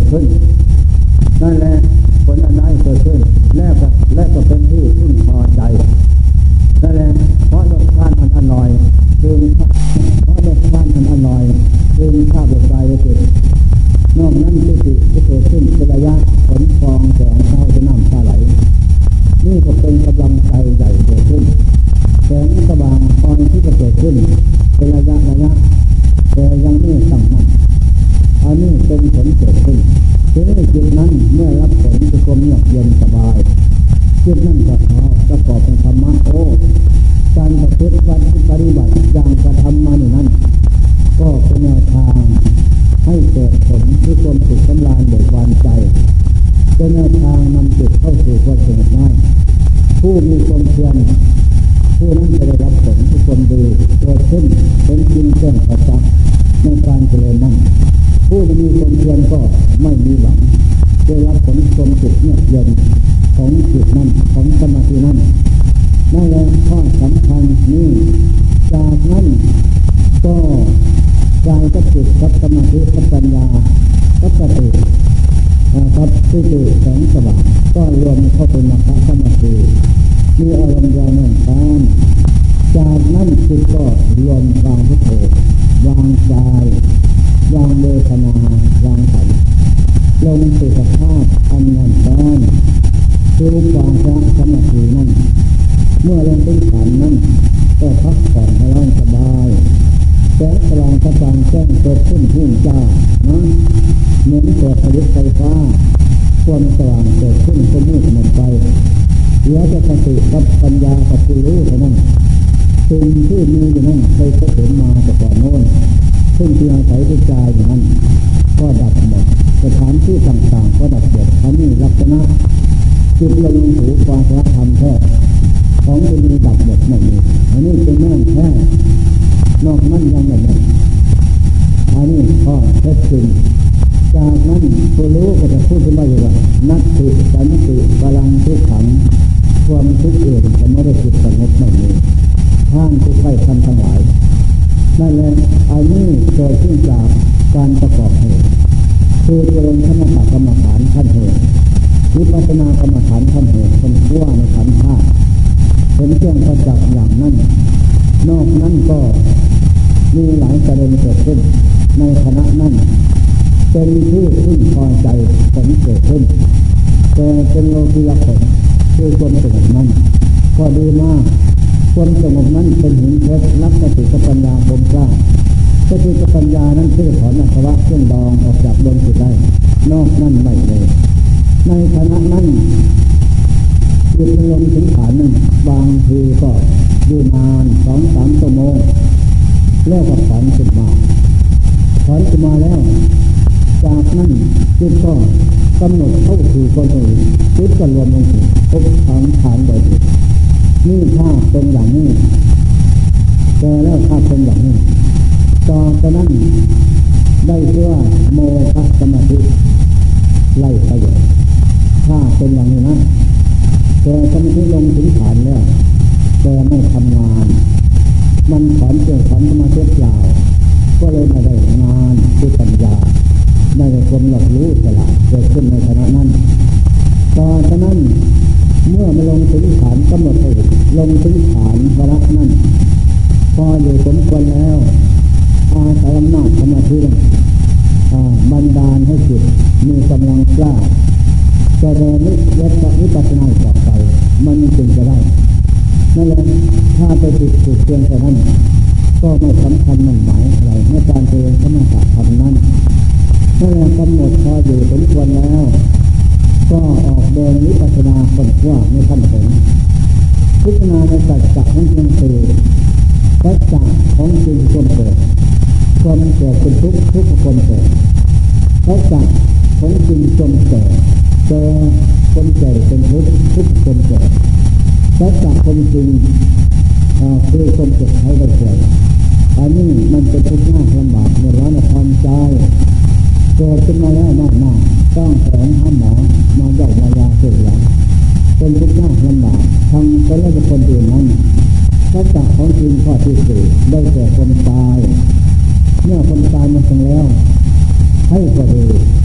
ขึ้นนั่นแหละผลอันใดเกิดขึ้นแล้วก็แล้วก็เป็นที่พึงพอใจนั่นแหละเพราะรสชาติมันอร่อยจึงเพราะรสชาติมันอร่อยจึงข้าเบิกใจไปติดนอกนั้นที่ติที่เกิดขึ้นเป็นระยะผลฟองแสงเช้าจะน้ำตาไหลนี่ก็เป็นกำลังใจใหญ่เกิดขึ้นแสงสว่างตอนที่จะเกิดขึ้นเป็นระยะระยะแต่ยังไม่ตั้งมั่นอันนี้เป็นผลเกิดขึ้นทีนี้จิตนั้นเมื่อรับผลจะความเงียบเย็นสบายจิตนั้นก็ขอประกอบเป็นธรรมะโอ้การประพฤติปฏิบัติอย่างกระทำมาในนั้นก็เป็นแนวทางให้เกิดผลที่ความสุขสำราญเบิกบานใจเป็นแนวทางนำจิตเข้าสู่ความสงบง่ายผู้มีความเพียรผู้นั้นจะได้รับผลที่ความดีเกิดขึ้นเป็นจริงแจ้งประจักษ์ในการเจริญนั้นผู้ไม่มีความเพียรก็ไม่มีหวังได้รับผลความสุขเงียบเย็นของจิตนั้นของสมาธินั้นนั่นแหละข้อสำคัญนี้จากนั้นก็กายกับจิตกับสมาธิกับปัญญากับสติกับสติแสงสว่างก็รวมเข้าเป็นมรรคสมาธิมีอารมณ์ยาวแน่นต้านจากนั้นจิตก็รวมวางพุทโธวางกายวางเวทนาวางขันธ์ลงสู่สภาพอันแน่นต้านคือวางพระสมาธินั้นเมื่อลงถึงขันธ์นั้นก็พักผ่อนให้ร่างสบายแสงสว่างกระจ่างแจ้งเกิดขึ้นหุ่นจ้านะเหมือนเกิดผลิตไฟฟ้าความสว่างเกิดขึ้นก็มืดหมดไปเหลือแต่สติกับปัญญากับผู้รู้เท่านั้นสิ่งที่มีอยู่นั้นเคยพบเห็นมาแต่ก่อนโน้นซึ่งที่อาศัยด้วยใจอยู่นั้นก็ดับหมดสถานที่ต่างๆก็ดับหมดอันนี้ลักษณะจิตลงหูความพระธรรมแท้ของที่มีดับหมดไม่มีอันนี้เป็นแน่แท้นอกนั้นยังไม่แน่อันนี้ข้อเท็จจริงจากนั้นผู้รู้ก็จะพูดขึ้นมาอยู่ว่านัตติสันติพลังทุกขังความทุกข์อื่นจะไม่ได้จิตสงบไม่มีท่านผู้ใคร่ทำทั้งหลายนั่นแหละอันนี้เกิดขึ้นจากการประกอบเหตุคือเจริญสมถกรรมฐานขั้นเหตุวิปัสสนากรรมฐานขั้นเหตุเป็นขั้วในขันธ์ห้าเป็นเครื่องประจักษ์อย่างนั้นนอกนั้นก็มีหลายประเด็นเกิดขึ้นในคณะนั้นเป็นที่พึ่งพอใจผลเกิดขึ้นแต่เป็นโลกียผลคือความสงบนั้นก็ดีมากความสงบนั้นเป็นหินเพชรรับสติกับปัญญาบมกล้าสติกับปัญญานั้นคือถอนอาสวะเครื่องดองออกจากดวงจิตได้นอกนั้นไม่เลยในคณะนั้นจิตลงถึงฐานนั้นบางทีก็อยู่นานสองสามชั่วโมงแล้วก็ถอนขึ้นมาถอนขึ้นมาแล้วจากนั้นจิตก็กำหนดเข้าสู่ความสงบจิตก็รวมลงสู่พบทางฐานโดยนี่ถ้าเป็นอย่างนี้แต่แล้วถ้าเป็นอย่างนี้ต่อจากนั้นได้ชื่อว่าโมฆะสมาธิไล่ประโยชน์ถ้าเป็นอย่างนี้นะแต่สมาธิลงถึงฐานแล้วแต่ไม่ทำงานมันถอนเกิดถอนสมาธิเปล่าก็เลยไม่ได้งานคือปัญญาไม่ได้ความหลับรู้ฉลาดเกิดขึ้นในขณะนั้นต่อจากนั้นเมื่อมาลงถึงฐานกำหนดให้ลงถึงฐานวรนั้นพออยู่สมควรแล้วอาศัยอำนาจสมาธิบันดาลให้จิตมีกำลังกล้าจะเดินนิยตวิปัสสนาต่อไปมันจึงจะได้นั่นแหละถ้าไปติดจุดเพียงแค่นั้นก็ไม่สำคัญมันหมายอะไรในการเจริญสมถะธรรมนั้นนั่นแหละกำหนดพออยู่สมควรแล้วก็ออกเดินวิปัสสนาค้นคว้าในขั้นผลพิจารณาในสัจจะของจริงคือสัจจะของจริงความเกิดความเกิดเป็นทุกข์ทุกข์ความเกิดสัจจะของจริงความเกิดเจอความเกิดเป็นทุกข์ทุกข์ความเกิดสัจจะความจริงคือความเกิดให้ได้เกิดอันนี้มันเป็นทุกข์ยากลำบากในร้อนความใจเกิดขึ้นมาแล้วมากมากต้องแสงหาหมอมาเย่ามายาเสียหลังเป็นทุกข์ยากลำบากทางคนและคนอื่นนั้นสัจจะของจริงข้อที่สี่ได้แก่ความตายเมื่อความตายมาถึงแล้วให้พอดี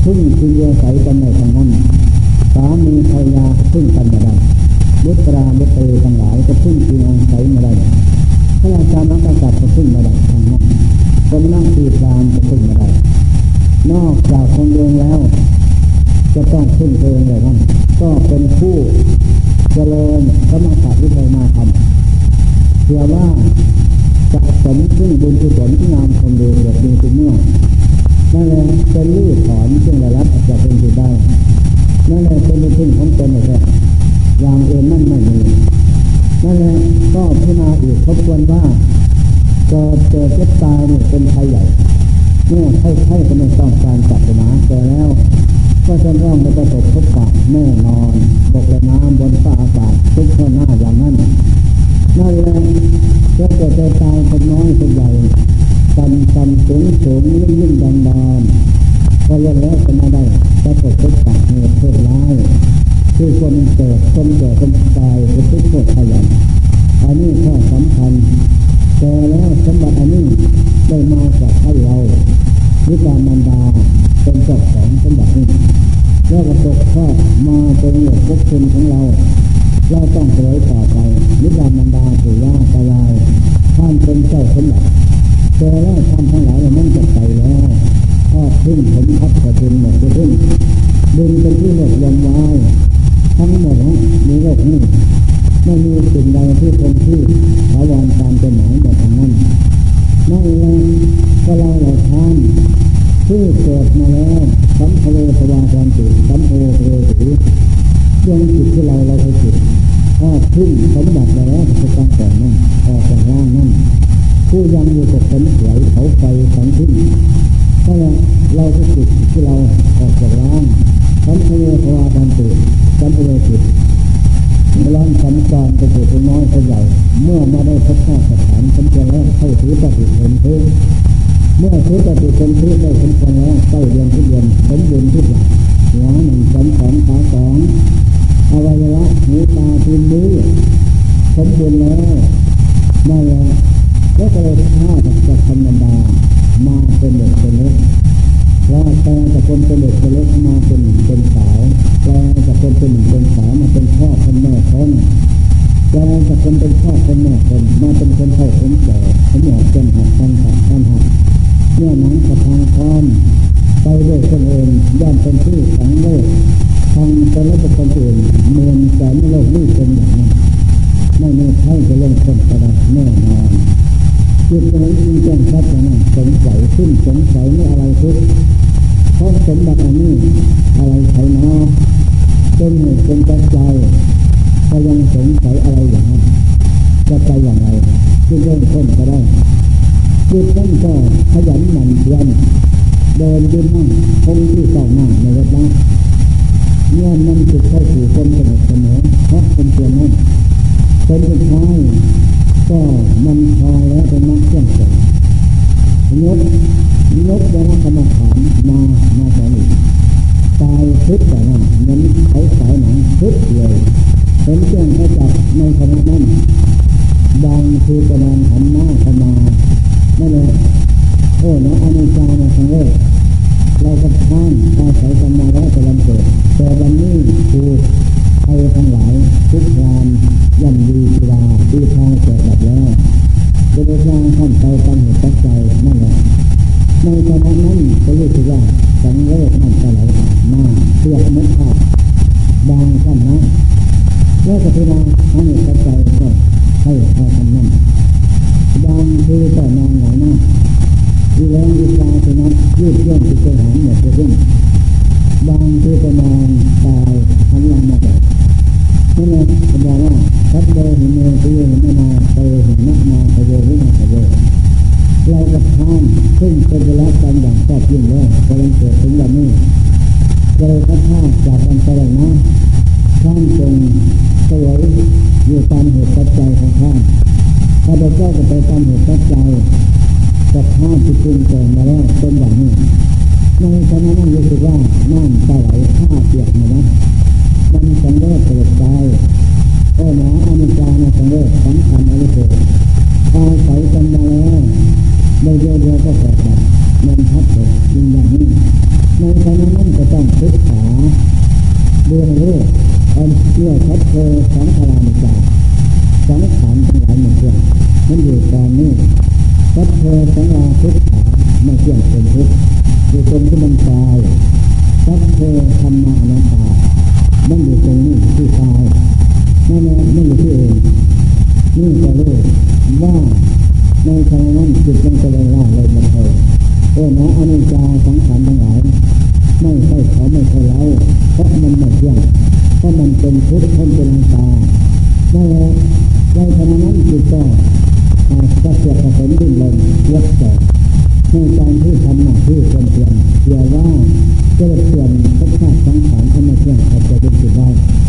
พึ่งพิงอาศัยกันในทางนั้นสามีภรรยาพึ่งกันมาได้บุตราบุตรีทั้งหลายก็พึ่งพิงอาศัยมาได้พระราชานักษัตริย์ก็พึ่งมาได้ทางนั้นคนนั่งตีพรามก็พึ่งมาได้นอกจากคนเองแล้วจะต้องพึ่งตัวเองเลยนั่นก็เป็นผู้เจริญสมถะวิปัสสนาธรรมเชื่อว่าจะสมซึ่งบุญกุศลที่งามความดีแบบมีตัวเมื่อนั่นแหละเป็นลื้อถอนซึ่งระลับจะเป็นไปได้นั่นแหละเป็นพึ่งของตนเลยครับอย่างอื่นนั่นไม่มีนั่นแหละก็พิจารณาอีกทบทวนว่าเกิดเกิดเจ็บตายเนี่ยเป็นภัยใหญ่เมื่อใช่ใช่ก็ไม่ต้องการศาสนาแต่แล้วก็จะต้องไปประสบพบปะแน่นอนบอกเลยน้ำบนฟ้าอากาศทุกข์หน้าอย่างนั้นนั่นแหละจะเกิดตายคนน้อยคนใหญ่ต่ำต่ำสูงสูงยิ่งยิ่งดำดำก็ยังแล้วก็มาได้ประสบพบปะเหตุเพศร้ายคือคนเกิดคนเกิดคนตายเป็นทุกข์โศกขยันอันนี้ข้อสำคัญแต่แล้วสมบัติอันนี้ได้มาจากให้เราวิจารมันดาเป็นเจ้าของสมบัตินี้แล้วก็ตกทอดมาเป็นเหตุพวกคุณของเราเราต้องเผยต่อไปวิจารมันดาถือว่าตายายท่านเป็นเจ้าสมบัติแต่แล้วท่านทั้งหลายมันจะไปแล้วทอดทิ้งผมทับกระดุมหมดกระดุมดินเป็นที่หมดลมไว้ทั้งหมดในโลกนี้ไม่มีสิ่งใดที่คงที่ถาวรตามเป็นหมายแบบนั้นนั่นแหละก็เราเราทานที่เกิดมาแล้วสัมภเวสวาความจิตสัมโภเวสีดวงจิตที่เราเราไปจิตทอดทิ้งสมบัติแล้วจะตั้งแต่นั้นออกจากร่างนั้นผู้ยังอยู่กับผลสวยเขาไฟสังทิ้งก็แล้วเราไปจิตที่เราออกจากร่างสัมภเวสวาความจิตสัมภเวจิตร้อนสำคัญเป็นผู้เป็นน้อยเป็นใหญ่เมื่อมาได้พบข้าสถานสมควรแล้วเข้าถือปฏิเป็นเพื่อเมื่อถือปฏิเป็นเพื่อได้สมควรแล้วใต้เดือนทุกเดือนสมบูรณ์ทุกอย่างหัวหนึ่งสองสองขาสองอวัยวะหูตาตีนมือสมบูรณ์แล้วนั่นแหละก็เลยฆ่าจากธรรมดามาเป็นเด็กเป็นเล็กว่าแต่จากคนเป็นเด็กเป็นเล็กมาเป็นหนุ่มเป็นสาวแต่จากคนเป็นหนุ่มเป็นสาวมาเป็นพ่อเป็นแม่คนแต่จากคนเป็นพ่อเป็นแม่คนมาเป็นคนเฒ่าคนแก่คนหมดจนหักกันหักกันหักเมื่อนั้นกับทางค้อนไปด้วยคนเองย่อมเป็นที่สังเวชทางเป็นและบุคคลอื่นเมืองแสนโลกนี้เป็นอย่างนั้นไม่มีใครจะลงคนกระดับแน่นอนจิตใจจริงจังครับอย่างนั้นสงสัยขึ้นสงสัยไม่อะไรทุกเพราะสมบัติอันนี้อะไรไขน้อเป็นเหตุเป็นปัจจัยถ้ายังสงสัยอะไรอย่างนั้นจะไปอย่างไรจึงเริ่มต้นก็ได้จิตนั้นก็ขยันหมั่นเพียรเดินยืนนั่งคงที่เก้าหน้าในวัดละเมื่อมันจิตเข้าสู่ความสงบเสมอเพราะเป็นเพียรนั้นเป็นสุดท้ายก็มันพอแล้วเป็นนักเที่ยงเสร็จยกยกวรกรรมฐานมามาสอนอีกตายทึบแต่ว่าเงินเขาสายหนังทึบเลยเป็นเรื่องเขาจับในขณะนั้นดังคือกระดานหันหน้าเข้ามานั่นแหละโอ้เนาะอนิจจาในสังเวชเราก็ท่านอาศัยกันมาแล้วแต่วันเกิดแต่วันนี้คือใครทั้งหลายทุกรามย่ำดีกีฬาดีทางเกิดดับแล้วจะได้สร้างท่านไปตามเหตุปัจจัยนั่นแหละในขณะนั้นก็รู้สึกว่าสังเวชมันจะไหลผ่านหน้าเพื่อมุขภาพบางท่านนะแล้วก็พิจารณาทางเหตุปัจจัยก็ให้พอทำนั่นบางคือต่อนอนหงายหน้าดีแรงดีกาสุนัขยืดเยื้องติดตัวหางหมดเลยขึ้นบางคือต่อนอนตายหันหลังมาแบบนั่นแหละเป็นว่าว่าทัดเดินเมืองที่เห็นไม่นาไปเห็นนักมาไปโยวินาไปโยเรากับท่านซึ่งเป็นเวลาการอย่างชอบยิ่งแล้วกำลังเกิดถึงวันนี้ก็เลยพัฒนาจากวันไปเลยนะท่านทรงสวยอยู่ตามเหตุปัจจัยของท่านข้าพเจ้าก็ไปตามเหตุปัจจัยกับท่านที่ปรุงแต่งมาแล้วเป็นอย่างนี้ในขณะนั้นรู้สึกว่าน้ำตาไหลข้าเปียกมานะมันสังเวชเกิดใจโอ้หมออนิจจานะสังเวชสังขารอริโภคอาศัยกันมาแล้วในเดียวเดียวก็เกิดดับมันทับเกิดจริงอย่างนี้ในขณะนั้นก็ต้องศึกษาเรียนรู้อันเชื่อชัดเจนสังขารนิจจาสังขารทั้งหลายไม่เที่ยงมันอยู่ตอนนี้ชัดเจนสังขารทุกขาไม่เที่ยงเป็นทุกข์อยู่ตรงที่มันตายชัดเจนธรรมะอนัตตามันอยู่ตรงนี้ที่ตายนั่นแหละไม่อยู่ที่อื่นนี่จะรู้ว่าในขณะนั้นจิตมันจะเลยล่าเลยบันเทิงโอ้นะอนิจจาสังขารทั้งหลายไม่ใช่เขาไม่ใช่เราเพราะมันไม่เที่ยงเพราะมันเป็นทุกข์มันเป็นอนัตตานั่นแหละในขณะนั้นจิตก็กระเสือกกระสนดิ้นรนเล็กแก่ในการที่ทำหน้าที่ความเพียรเชื่อว่าจะได้เปลี่ยนภพชาติสังขารให้ไม่เที่ยงเอาไปเป็นจิตได้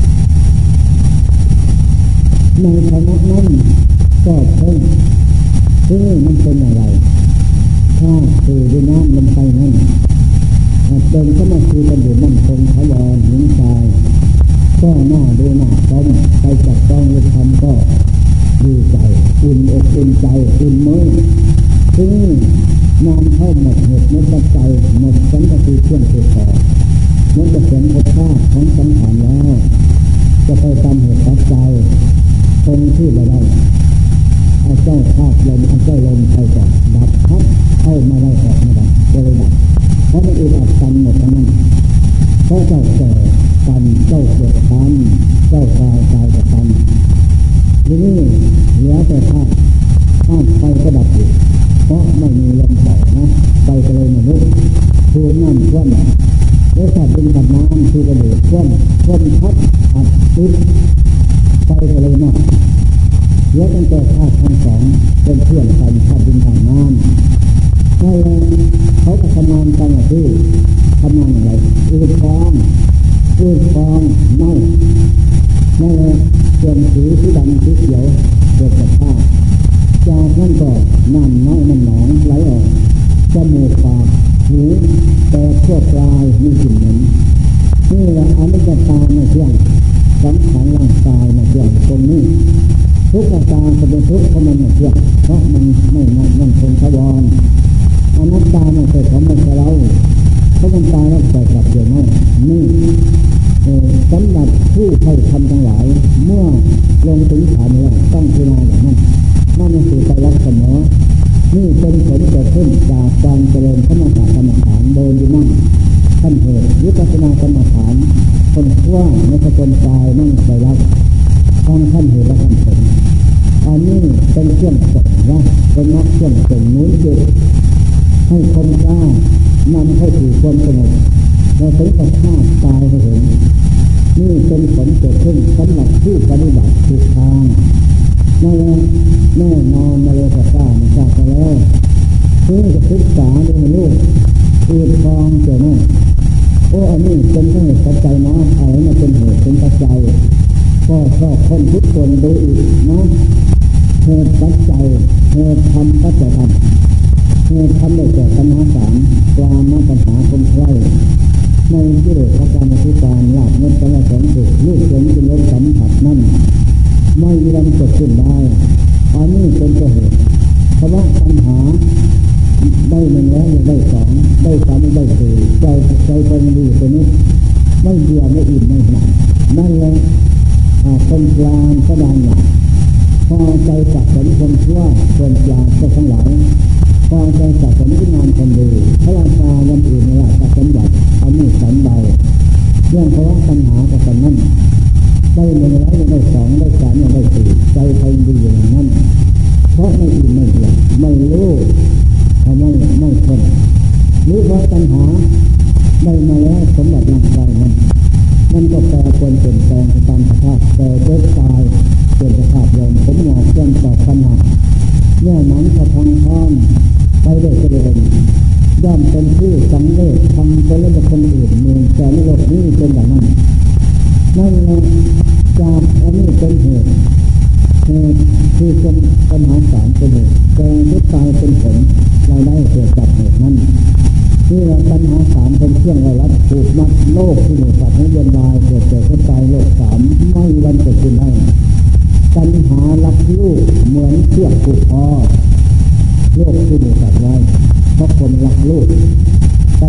ในขณะนั้นก็เพ่งที่มันเป็นอะไรถ้าคือด้วยน้ำลมไปนั่นเดินเข้ามาคือกันอยู่มั่นคงทยอนหิ้งใจก็หน้าดูหน้าต้มไปจับต้องยึดทำก็ดีใจอุ่นอกอุ่นใจอุ่นมือซึ่งนำเข้าหมดเหตุหมดปัจจัยหมดสันติเครื่องติดต่อหมดจะเสียงภพชาติของสังขารแล้วจะไปตามเหตุปัจจัยคงที่ไม่ได้เอาเจ้าธาตุลมเอาเจ้าลมไปก่อนดับพัดเข้ามาได้ออกมาได้ก็เลยดับเพราะมันอึดอัดกันหมดทั้งนั้นเพราะเจ้าแก่กันเจ้าเกิดกันเจ้าตายตายกับกันทีนี้เหลือแต่ธาตุธาตุไฟก็ดับอยู่เพราะไม่มีลมเป่านะไฟก็เลยไม่ลุกถูน้ำท่วมแล้วสัตว์ดินกับน้ำคือกระดูกท่วมท่วมพัดอัดติดไฟก็เลยมากเหลือตั้งแต่ธาตุทั้งสองเป็นเพื่อนกันธาตุดินกับน้ำนั่นแหละเขาก็ทำงานกันอย่างที่ทำงานอย่างไรอืดฟองอืดฟองเน่านั่นแหละส่วนสีที่ดำสีเขียวเกิดจากธาตุจากนั้นก็น้ำเน่าน้ำหนองไหลออกจมูกปากหูแต่ทั่วปลายมีกลิ่นเหม็นนี่แหละอนิจจตาในเที่ยงสังขารร่างกายในเที่ยงตรงนี้ทุกข์ตาจะเป็นทุกข์เพราะมันไม่เที่ยงเพราะมันไม่มั่นคงถาวรอนัตตาไม่ใช่ของไม่ใช่เราเพราะมันตายแล้วใส่กลับเดี๋ยวนั้นนี่สำหรับผู้ใครทำทั้งหลายเมื่อลงถึงฐานแล้วต้องพิจารณาอย่างนั้นนั่นคือใจรักเสมอนี่เป็นผลเกิดขึ้นจากการเจริญสมถะกรรมฐานเดินอยู่นั่งขั้นเหตุวิปัสสนากรรมฐานคนว่าในสกุลกายนั่งใจรักทางขั้นเหตุและขั้นผลอันนี้เป็นเครื่องส่งนะเป็นนักเครื่องส่งนู้นจิตให้คมกล้านำเข้าสู่ความสงบเราถึงกับธาตุตายให้เห็นนี่เป็นผลเกิดขึ้นสำหรับผู้ปฏิบัติถูกทางนั่นแหละแน่นอนมาเลยกับข้ามันทราบกันแล้วที่จะศึกษาดูให้ลูกอืดฟองเจ้าแม่โอ้อันนี้เป็นเหตุปัจจัยนะอะไรมาเป็นเหตุเป็นปัจจัยก็ชอบคนทุกคนดูอีกนะเหตุปัจจัยเหตุทำปัจจัยทำเหตุทำได้แก่ปัญหาสามความมาปัญหาคมไคร้ในที่เด็กประการทุกการหลับเงินแต่ละสองสุดลูกเสียงเป็นรถสัมผัสนั่นไม่มีวันเกิดขึ้นได้อันนี้เป็นตัวเหตุเพราะว่าปัญหาได้หนึ่งแล้วยังได้สองได้สามได้สี่ใจใจเป็นดีตัวนี้ไม่เดียวไม่อิ่มไม่หนักนั่นเลยคนกลางก็ดังหนักพอใจสะสมคนชั่วคนกลางก็ทั้งหลายพอใจสะสมที่งานคนดีพระราชาวันอื่นละสะสมบัติอันนี้สันใบเรื่องเพราะว่าปัญหากับกันนั้นได้หนึ่งแล้วยังได้สองได้สามยังได้สี่ใจใครดีอย่างนั้นเพราะไม่อิ่มไม่เดียวไม่รู้ไม่ไม่ทนรู้ว่าปัญหาได้มาแล้วสมบัติร่างกายมันมันก็แปรปรวนเปลี่ยนแปลงตามสภาพแต่เกิดตายเปลี่ยนสภาพลมผมหงอกเชื่อมต่อขนาดเนื้อหนังสะท้อนท้อนไปได้เจริญย่อมเป็นผู้สังเวชทำคนและคนอื่นเมืองแต่ในโลกนี้เป็นอย่างนั้นนั่นแหละจากอันนี้เป็นเหตุเหตุคือเป็นปัญหาสามเป็นเหตุแต่ทุกตายเป็นผลรายได้เกิดจากเหตุนั้นนี่แหละปัญหาสามเป็นเครื่องไวรัสถูกมัดโลกที่หนึ่งสัตว์ให้เวียนวายเกิดเกิดตายโลกสามไม่วันเกิดขึ้นได้ปัญหารับลูกเหมือนเชือกผูกคอโลกที่หนึ่งสัตว์ไว้เพราะคนรักลูกปัญ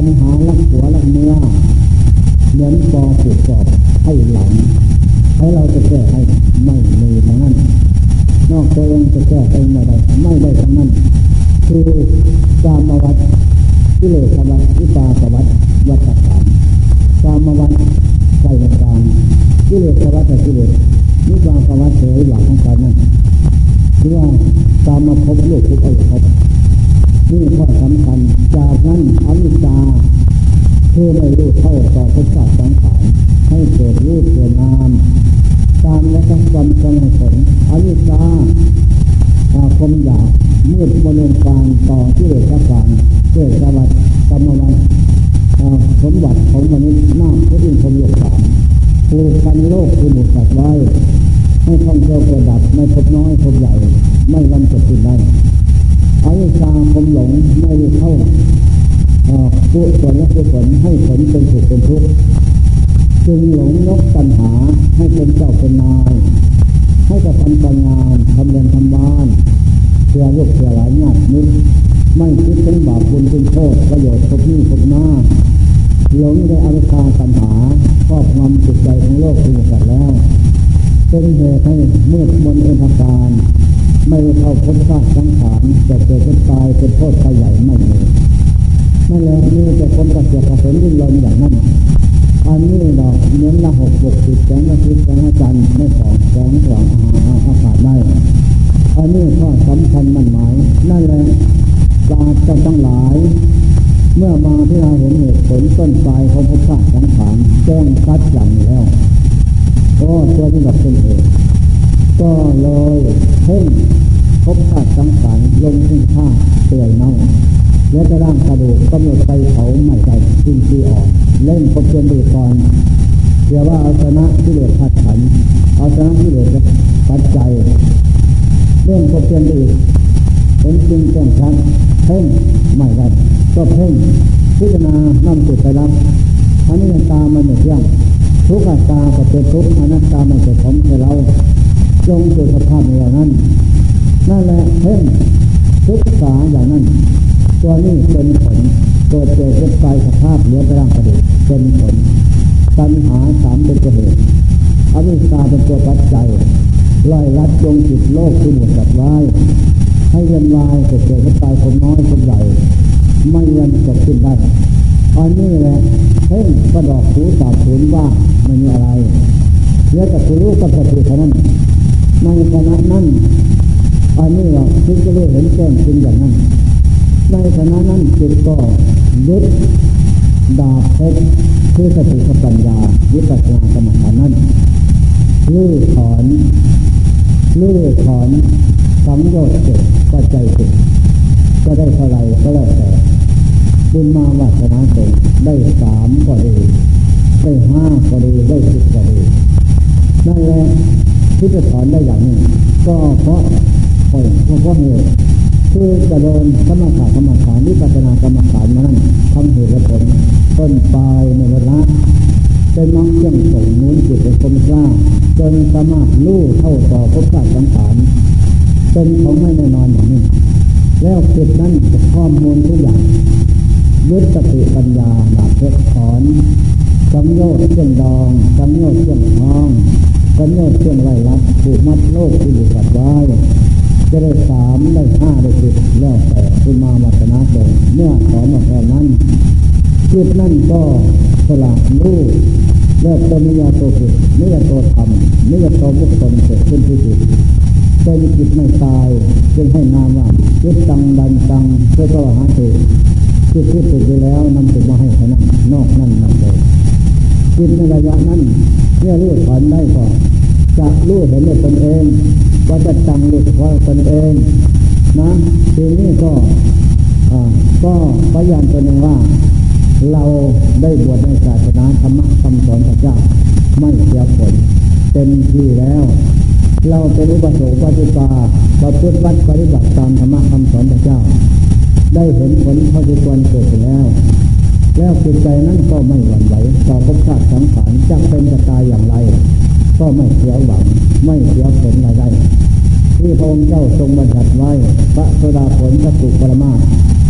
ญหาลักหัวลักเนื้อเหมือนกอผูกกอบให้หลังให้เราจะแก้ให้ไม่มีทั้งนั้นนอกตัวเองจะแก้เองไม่ได้ไม่ได้ทั้งนั้นคือกามวัฏกิเลสวัฏวิปากวัฏวัฏฏะกามวัฏใจในกามกิเลสวัฏกิเลสวิปากวัฏเฉยหลักของการนั้นที่ว่ากามมาพบลูกทุกข์เอาพบนี่ข้อสำคัญจากนั้นอวิชชาคือไม่รู้เท่าต่อภพชาติสังขารให้เกิดรูปเกิดนามตามและทั้งความกำลังผลอวิชชาความอยากมืดมนงการต่อที่เหตุการณ์เกิดสวัสดิ์กรรมวันสมบัติของมนุษย์น้ำผู้อื่นคนโลกสามปลูกพันโลกคือหมู่สัตว์ไว้ให้ท่องเที่ยวเกิดดับไม่พบน้อยพบใหญ่ไม่ลำจบสิ้นได้อวิชชาความหลงไม่รู้เท่าผู้ส่วนและผู้ผลให้ผลเป็นสุขเป็นทุกข์จึงหลงยกตัณหาให้เป็นเจ้าเป็นนายให้กระทำการงานทำเรียนทำบ้านเพื่อลูกเพื่อหลายญาติมิตรไม่คิดถึงบาปบุญคุณโทษประโยชน์พบนี้พบหน้าหลงในอวิชชาตัณหาครอบงำจิตใจของโลกทุกข์แล้วเป็นเหตุให้มืดมนเอ็นทการไม่เข้าพบชาติสังขารจะเกิดเป็นตายเป็นโทษไปใหญ่ไม่มีนั่นแหละนี่จะคนกระเสียกระสนดิ้นรนอย่างนั้นอันนี้ดอกเน้นละหกบกติดแสงอาทิตย์แสงอาจารย์ไม่สองแสงสว่างอาหารอากาศได้อันนี้ข้อสำคัญมั่นหมายนั่นแหละศาสตร์จะต้องหลายเมื่อมาที่เราเห็นเหตุผลต้นปลายของภพชาติสังขารแจ้งชัดอย่างนี้แล้วก็ตัวที่แบบเป็นเหตุก็เลยเพ่งภพชาติสังขารลงทิ้งท่าเปื่อยเน่าแล้วจะร่างกระดูกกำหนดไปเผาไม่ได้สิ้นที่ออกเล่นพบเพียงดีก่อนเรียกว่าเอาชนะที่เหลือขัดขันเอาชนะที่เหลือปัจจัยเล่นพบเพียงดีเห็นจริงแจ้งชัดเพ่งไม่ได้ก็เพ่งพิจารณานำจิตไปรับอันนี้ตามันไม่เที่ยงทุกข์ตาก็เป็นทุกข์อนัตตามันเป็นของเราจงจุดสภาพอย่างนั้นนั่นแหละเพ่งศึกษาอย่างนั้นตัวนี้เป็นผลเกิดเกิดเป็นไปสภาพเหลือแต่ร่างกระดูกเป็นผลตัณหาสามเป็นตัวเหตุอวิชชาเป็นตัวปัจจัยลอยลัดดวงจิตโลกที่หมดจัดไว้ให้เวียนวายเกิดเกิดเป็นไปคนน้อยคนใหญ่ไม่ยันจบสิ้นได้อันนี้แหละเพ่งกระดอกหูสาบสูญว่าไม่มีอะไรเหลือแต่ผู้รู้กับสติเท่านั้นในขณะนั้นอันนี้เราถึงจะรู้เห็นแจ้งจริงอย่างนั้นในขณะนั้นจิตก็ยึดดาบเพชรคือสติปัญญาวิปัสสนากรรมฐานนั้นลื้อถอนลื้อถอนสังโยชน์เกิดปัจจัยสิจะได้เท่าไรก็แล้วแต่บุญมาวาสนาส่งได้สามก็ดีได้ห้าก็ดีได้สิบก็ดีนั่นแหละที่จะถอนได้อย่างนี้ก็เพราะเพราะเพราะเหตุคือจะเดินกรรมฐานกรรมฐานวิปัสสนากรรมฐานมานั่นทำเหตุและผลต้นปลายในเวลาเป็นน้องเชื่อมส่งนู้นจิตเป็นคมกล้าจนสามารถรู้เท่าต่อภพชาติสังขารเป็นของไม่แน่นอนอย่างนี้แล้วจิตนั้นจะข้อมูลทุกอย่างยึดสติปัญญาหลักเพื่อถอนสังโยชน์เชื่อมดองสังโยชน์เชื่อมทองสังโยชน์เชื่อมไว้รัดผูกมัดโลกที่อยู่กัดไว้จะได้สามได้ห้าได้สิบแล้วแต่คุณมาวัฒนาตรงเมื่อถอนออกแล้วนั้นจิตนั่นก็สละรู้และเป็นนิยาโตจิตนิยาโตธรรมนิยาโตบุคคลเกิดขึ้นที่จิตเป็นจิตไม่ตายจึงให้นามว่าจิตตังดันตังเพื่อก็หาเหตุจิตที่ติดไปแล้วนำจิตมาให้เท่านั้นนอกนั่นนำเลยจิตในระยะนั้นเมื่อรู้ถอนได้ก็จะรู้เห็นด้วยตนเองว่าจะตังรู้เฉพาะตนเองนะทีนี้ก็อ่าก็พยายามตัวเองว่าเราได้บวชในศาสนาธรรมะคำสอนพระเจ้าไม่เสียผลเต็มที่แล้วเราเป็นอุปสมบทปฏิปาประพฤติวัดปฏิบัติตามธรรมะคำสอนพระเจ้าได้เห็นผลเท่าที่ควรเกิดแล้วแล้วจิตใจนั้นก็ไม่หวั่นไหวต่อภพชาติสังขารจะเป็นจะตายอย่างไรก็ไม่เสียหวังไม่เสียผลใดๆที่พระองค์เจ้าทรงบัญญัติไว้พระโสดาผลพระสุปรมาท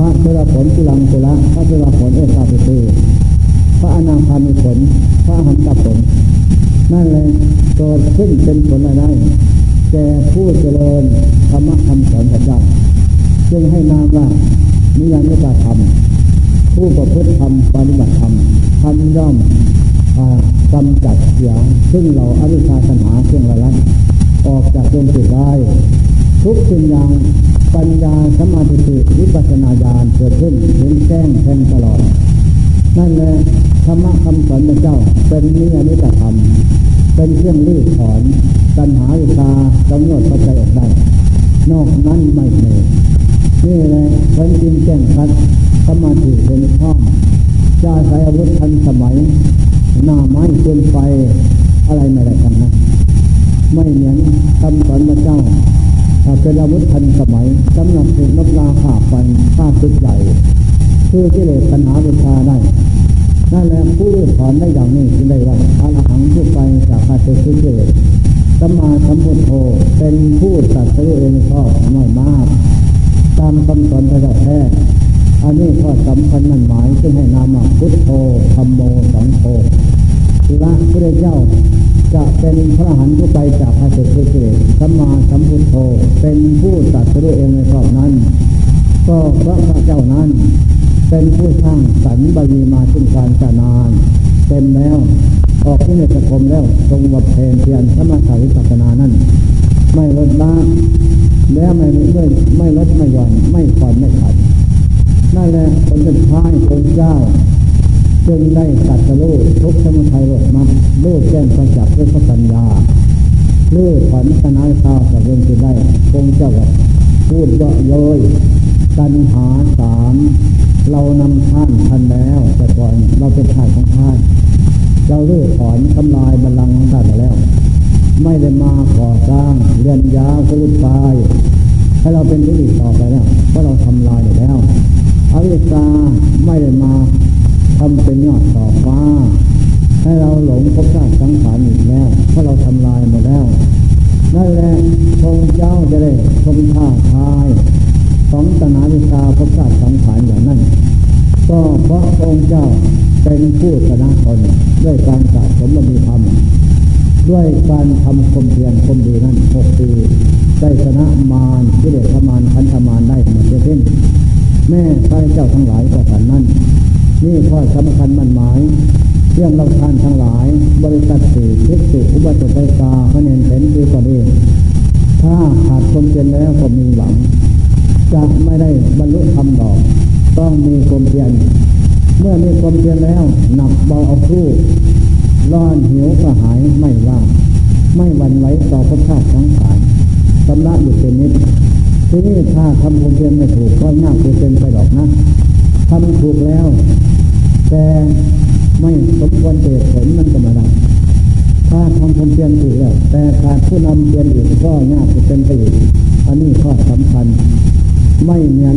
ระเสดผลกุลังกุละพระเสดผลเอกาภิเศษพระอนาคามีผลพระอรหันตผลนั่นเลยเกิดขึ้นเป็นผลอะไรแก่ผู้เจริญธรรมะคำสอนพระเจ้าจึงให้นามว่านิยานิกาธรรมผู้ประพฤติธรรมปฏิบัติธรรมทำย่อมกำจัดเสียซึ่งเราอวิชชาตัณหาเครื่องละลัดออกจากดวงจิตได้ทุกสิ่งอย่างปัญญาสมาธิวิปัสสนาญาณเกิดขึ้นเห็นแจ้งแทงตลอดนั่นแหละธรรมะคำสอนพระเจ้าเป็นนิยานิกาธรรมเป็นเครื่องลื้อถอนตัณหาวิชากำหนดปัจจัยออกได้นอกนั้นไม่มีนี่แหละเป็นจริงแจ้งชัดสมาธิเป็นช่องจะอาศัยอาวุธทันสมัยหน้าไม้เกินไฟอะไรไม่ได้ทำนะไม่เหมือนคำสอนพระเจ้าเป็นอาวุธทันสมัยสำหรับถึงนกลาข่าฟันฆ่าตึกใหญ่คือกิเลสตัณหาวิชาได้นั่นแหละผู้ลื้อถอนได้อย่างนี้จึงได้ว่าอรหังผู้ไปจากข้าศึกกิเลสสัมมาสัมพุทโธเป็นผู้ตรัสรู้เองชอบน้อยมากตามคำสอนพระเจ้าแท้อันนี้ข้อสำคัญมั่นหมายจึงให้นามว่าพุทโธธัมโมสังโฆละพระเจ้าจะเป็นพระอรหันต์ผู้ไปจากข้าศึกกิเลสสัมมาสัมพุทโธเป็นผู้ตรัสรู้เองในรอบนั้นก็พระเจ้านั้นเป็นผู้สร้างสรรค์บารมีมาถึงการศาสนานเต็มแล้วออกที่ในสังคมแล้วทรงบำเพ็ญเพียรสมาธิวิปัสสนานั้นไม่ลดละแล้วไม่ไม่ไม่ลดไม่หย่อนไม่ผ่อนไม่ขัดนั่นแหละคนจะท้ายคนเจ้าจึงได้ตรัสรู้ทุกสมุทัยโลกมรรครู้แจ้งประจักษ์ด้วยพระปัญญาลื้อถอนตัณหาวิชาจากเรื่องที่ได้คงเจ้าพูดเยอะเย้ยตัณหาสามเรานำท่านทันแล้วแต่ก่อนเราเป็นท่านของท่านเราลื้อถอนทำลายบัลลังก์ของท่านไปแล้วไม่ได้มาก่อสร้างเรียนยาวสรุปตายให้เราเป็นผู้ดีต่อไปแล้วเพราะเราทำลายอยู่แล้วอวิชชาไม่ได้มาทำเป็นยอดต่อฟ้าให้เราหลงภพชาติสังขารอีกแล้วเพราะเราทำลายหมดแล้วนั่นแหละพระเจ้าจะได้ทรงท้าทายของตัณหาวิชาภพชาติสังขารอย่างนั้นก็เพราะพระองค์เจ้าเป็นผู้ชนะตนด้วยการสะสมบารมีธรรมด้วยการทำความเพียรความดีนั้นหกปีได้ชนะมารกิเลสมารขันธมารได้หมดสิ้นแม่พระเจ้าทั้งหลายก็ฉันนั้นนี่ข้อสำคัญมั่นหมายเรื่องเราทานทั้งหลายบริษัทสี่ทิศสุอุบัติไฟตาพระเนรเห็นคือก็ดีถ้าขาดความเพียรแล้วก็มีหวังจะไม่ได้บรรลุธรรมดอกต้องมีความเพียรเมื่อมีความเพียรแล้วหนักเบาเอาสู้ร้อนหิวกระหายไม่ว่าไม่หวั่นไหวต่อพระชาติสังขารชำระอยู่เป็นนิดทีนี้ถ้าทำความเพียรไม่ถูกก็ยากจะเป็นไปดอกนะทำถูกแล้วแต่ไม่สมควรเหตุผลมันก็ไม่ได้ถ้าทำความเพียรถูกแล้วแต่ขาดผู้นำเพียรอีกก็ยากจะเป็นไปอีกอันนี้ข้อสำคัญไม่เหมือน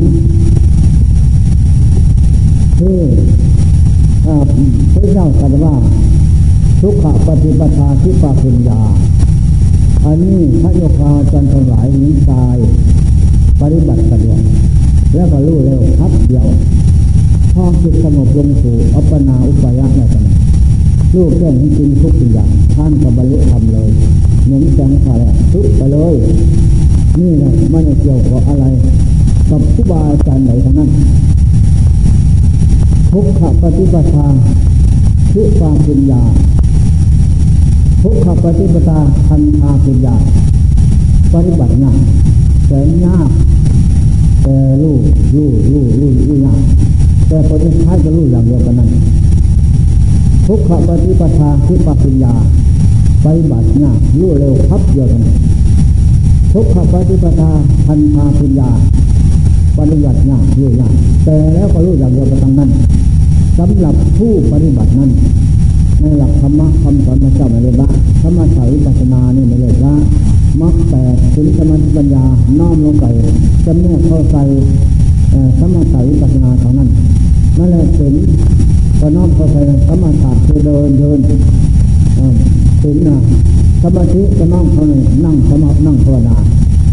ที่พระเจ้าตรัสว่าทุกขปฏิปทาที่ปาปัญญาอันนี้พระโยคาจันทร์ทั้งหลายนิสัยปฏิบัติสะดวกแล้วก็รู้เร็วทับเดียวพอจิตสงบลงสู่อัปปนาอุปายะแล้วกันรู้แจ้งจริงทุกสิ่งอย่างท่านกับบรรลุธรรมเลยเหมือนแสงไฟทุกไปเลยนี่นะไม่เกี่ยวกับอะไรกับครูบาอาจารย์ไหนทั้งนั้นทุกขปฏิปทาทุกความปัญญาทุกขปฏิปทาทันทาปัญญาปฏิบัติง่ายแสนยากแต่รู้รู้รู้รู้รู้ยากแต่ปฏิท้ายจะรู้อย่างเดียวกันนั้นทุกขปฏิปทาทุกปัญญาปฏิบัติง่ายรู้เร็วพับเดียวกันทุกขปฏิปทาทันทาปัญญาปฏิบัติง่ายรู้ยากแต่แล้วก็รู้อย่างเดียวกันทั้งนั้นสำหรับผู้ปฏิบัตินั้นในหลักธรรมะคำสอนพระเจ้าไม่เลยละธรรมะสายวิปัสสนานี่ไม่เลยละมรรคแปดถึงสมาธิปัญญาน้อมลงใส่จำแนกเข้าใส่ธรรมะสายวิปัสสนาของนั้นนั่นแหละถึงก็น้อมเข้าใส่ธรรมะศาสตร์คือเดินเดินถึงนะสมาธิก็น้อมเข้าในนั่งสมาธินั่งภาวนา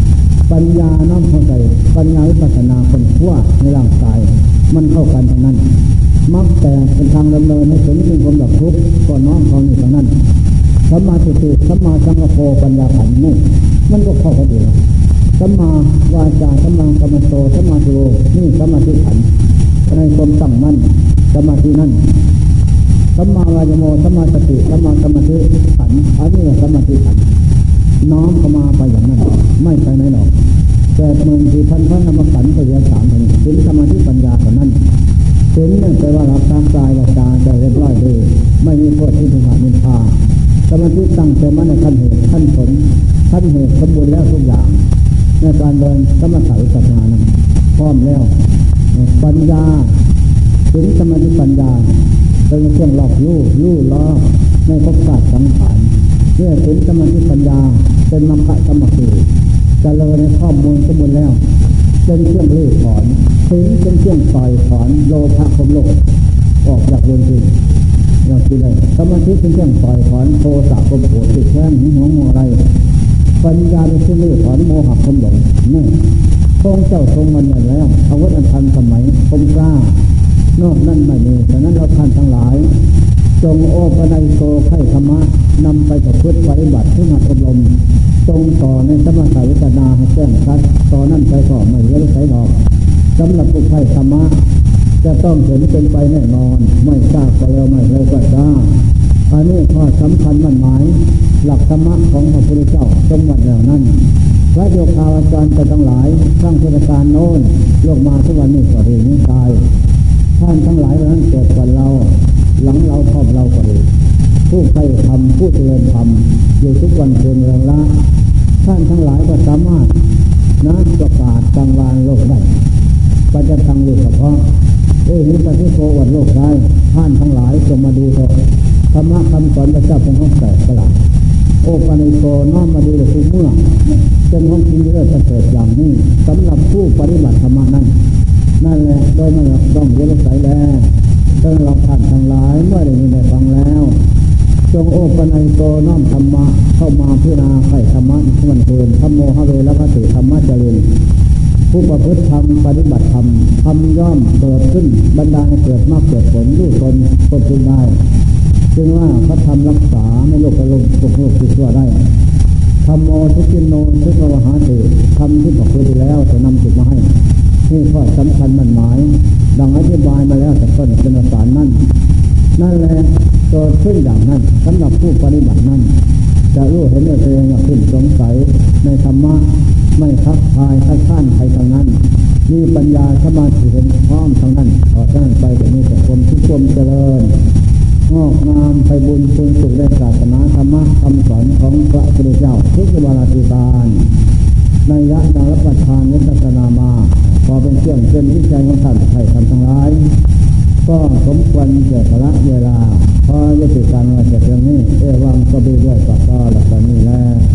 ปัญญาน้อมเข้าใจปัญญาวิปัสสนาคนขั้วในร่างกายมันเข้ากันทั้งนั้นมักแต่เป็นทางดำเนินให้ถึงซึ่งความดับทุกข์ก็น้อมเข้าอยู่ทั้งนั้นสัมมาทิฏฐิสัมมาสังกัปโปปัญญาขันธ์นี่มันก็เข้ากันอยู่สัมมาวาจาสัมมากัมมันโตสัมมาทิฏฐินี่สัมมาทิฏฐิในความตั้งมั่นสมาธินั่นสัมมาวายโมสัมมาสติสัมมาสมาธิขันธ์อันนี้สมาธิขันธ์น้อมเข้ามาไปอย่างนั้นไม่ไปไหนหรอกแต่เมืองที่ท่านพระนามขันธ์ก็เรียนสามทันถึงสมาธิปัญญาเท่านั้นถึงนั่นแปลว่ารักษากายวาจาใจเรียบร้อยดีไม่มีโทษที่ถึงหานินทาสมาธิตั้งใจมั่นในขั้นเหตุขั้นผลขั้นเหตุสมบูรณ์แล้วทุกอย่างในการเดินสมถะวิปัสสนานั้นพร้อมแล้วปัญญาถึงสมาธิปัญญาเป็นเครื่องหลอกลู่ลู่ล้อในภพชาติสังขารเมื่อถึงสมาธิปัญญาเป็นมรรคสมาธิจะเลยในข้อมูลสมบูรณ์แล้วเป็นเครื่องลื้อถอนถึงเป็นเครื่องต่อยถอนโลภะความโลภออกจากดวงจิตอย่างที่ใดสมาธิเป็นเครื่องต่อยถอนโทสะความโกรธที่แค้นหิวโหยอะไรปัญญาเป็นเครื่องลื้อถอนโมหะความหลงนี่ทรงเจ้าทรงมันอย่างแล้วอาวุธอันทันสมัยคมกล้านอกนั้นไม่มีฉะนั้นเราท่านทั้งหลายจงโอปนัยโตไข่ธรรมะนำไปประพฤติปฏิบัติเพื่ออบรมจงต่อในสมถะวิปัสสนาให้แจ้งชัดต่อนั้นไปก็ไม่เยอะใส่ดอกสำหรับผู้ไข่ธรรมะจะต้องเห็นเป็นไปแน่นอนไม่ทราบก็แล้วไม่เลยก็ทราบอันนี้ข้อสำคัญมั่นหมายหลักธรรมะของพระพุทธเจ้าทรงวัดอย่างนั้นพระโยคาวาจารย์ทั้งหลายสร้างพุทธการโน้นโลกมาทุกวันนี้ก็เรียนนี้ตายท่านทั้งหลายนั้นเกิดก่อนเราหลังเราพร้อมเราก็ดีผู้ใครทำผู้เจริญทำอยู่ทุกวันเดือนเวลาท่านทั้งหลายก็สามารถนะประกาศกลางวานโลกได้ปัจจตังอยู่เฉพาะเอ้ยนี่ปฏิโกวัดโลกได้ท่านทั้งหลายจงมาดูเถอะธรรมะคำสอนพระเจ้าเป็นห้องแตกกระหล่ำโอปนิโกน้อมมาดูเลยทุกเมื่อเป็นห้องกินเลือดเกิดอย่างนี้สำหรับผู้ปฏิบัติธรรมนั้นนั่นแหละโดยไม่ต้องเยอะใส่แล้วจนเราท่านทั้งหลายเมื่อได้ยินได้ฟังแล้วจงโอปนัยโตน้อมธรรมะเข้ามาพิจารณาไข่ธรรมะที่มันเกินธรรมโมหะเวรคติธรรมะเจริญผู้ประพฤติธรรมปฏิบัติธรรมธรรมย่อมเกิดขึ้นบรรดาให้เกิดมากเกิดผลรู้ตนคนจึงได้จึงว่าพระธรรมรักษาในโลกกระลงตกโลกที่ชั่วได้ธรรมโมทุกินโนทุกวหาติธรรมที่บอกไปแล้วจะนำจิตมาให้นี่ข้อสำคัญมั่นหมายดังอธิบายมาแล้วแต่ต้นเป็นอาการนั่นนั่นแหละเกิดขึ้นอย่างนั้นสำหรับผู้ปฏิบัตินั้นจะรู้เห็นในตัวเองขึ้นสงสัยในธรรมะไม่ทักทายทักท่านใครทางนั้นมีปัญญาสมาธิเป็นพร้อมทางนั้นต่อท่านไปแต่นี้แต่ความทุกข์ความเจริญงอกงามไปบุญคุณสุขในศาสนาธรรมะคำสอนของพระพุทธเจ้าทุกวาระติบานในยะนารประทานวัฒนานามาพอเป็นเครื่องเป็นวิจัยของท่านไทยทำทั้งหลายก็สมควรแก่กาลเวลาพอยุติการมาจากเรื่องนี้เอวังก็ดีด้วยปากก็หลักนี้แล้ว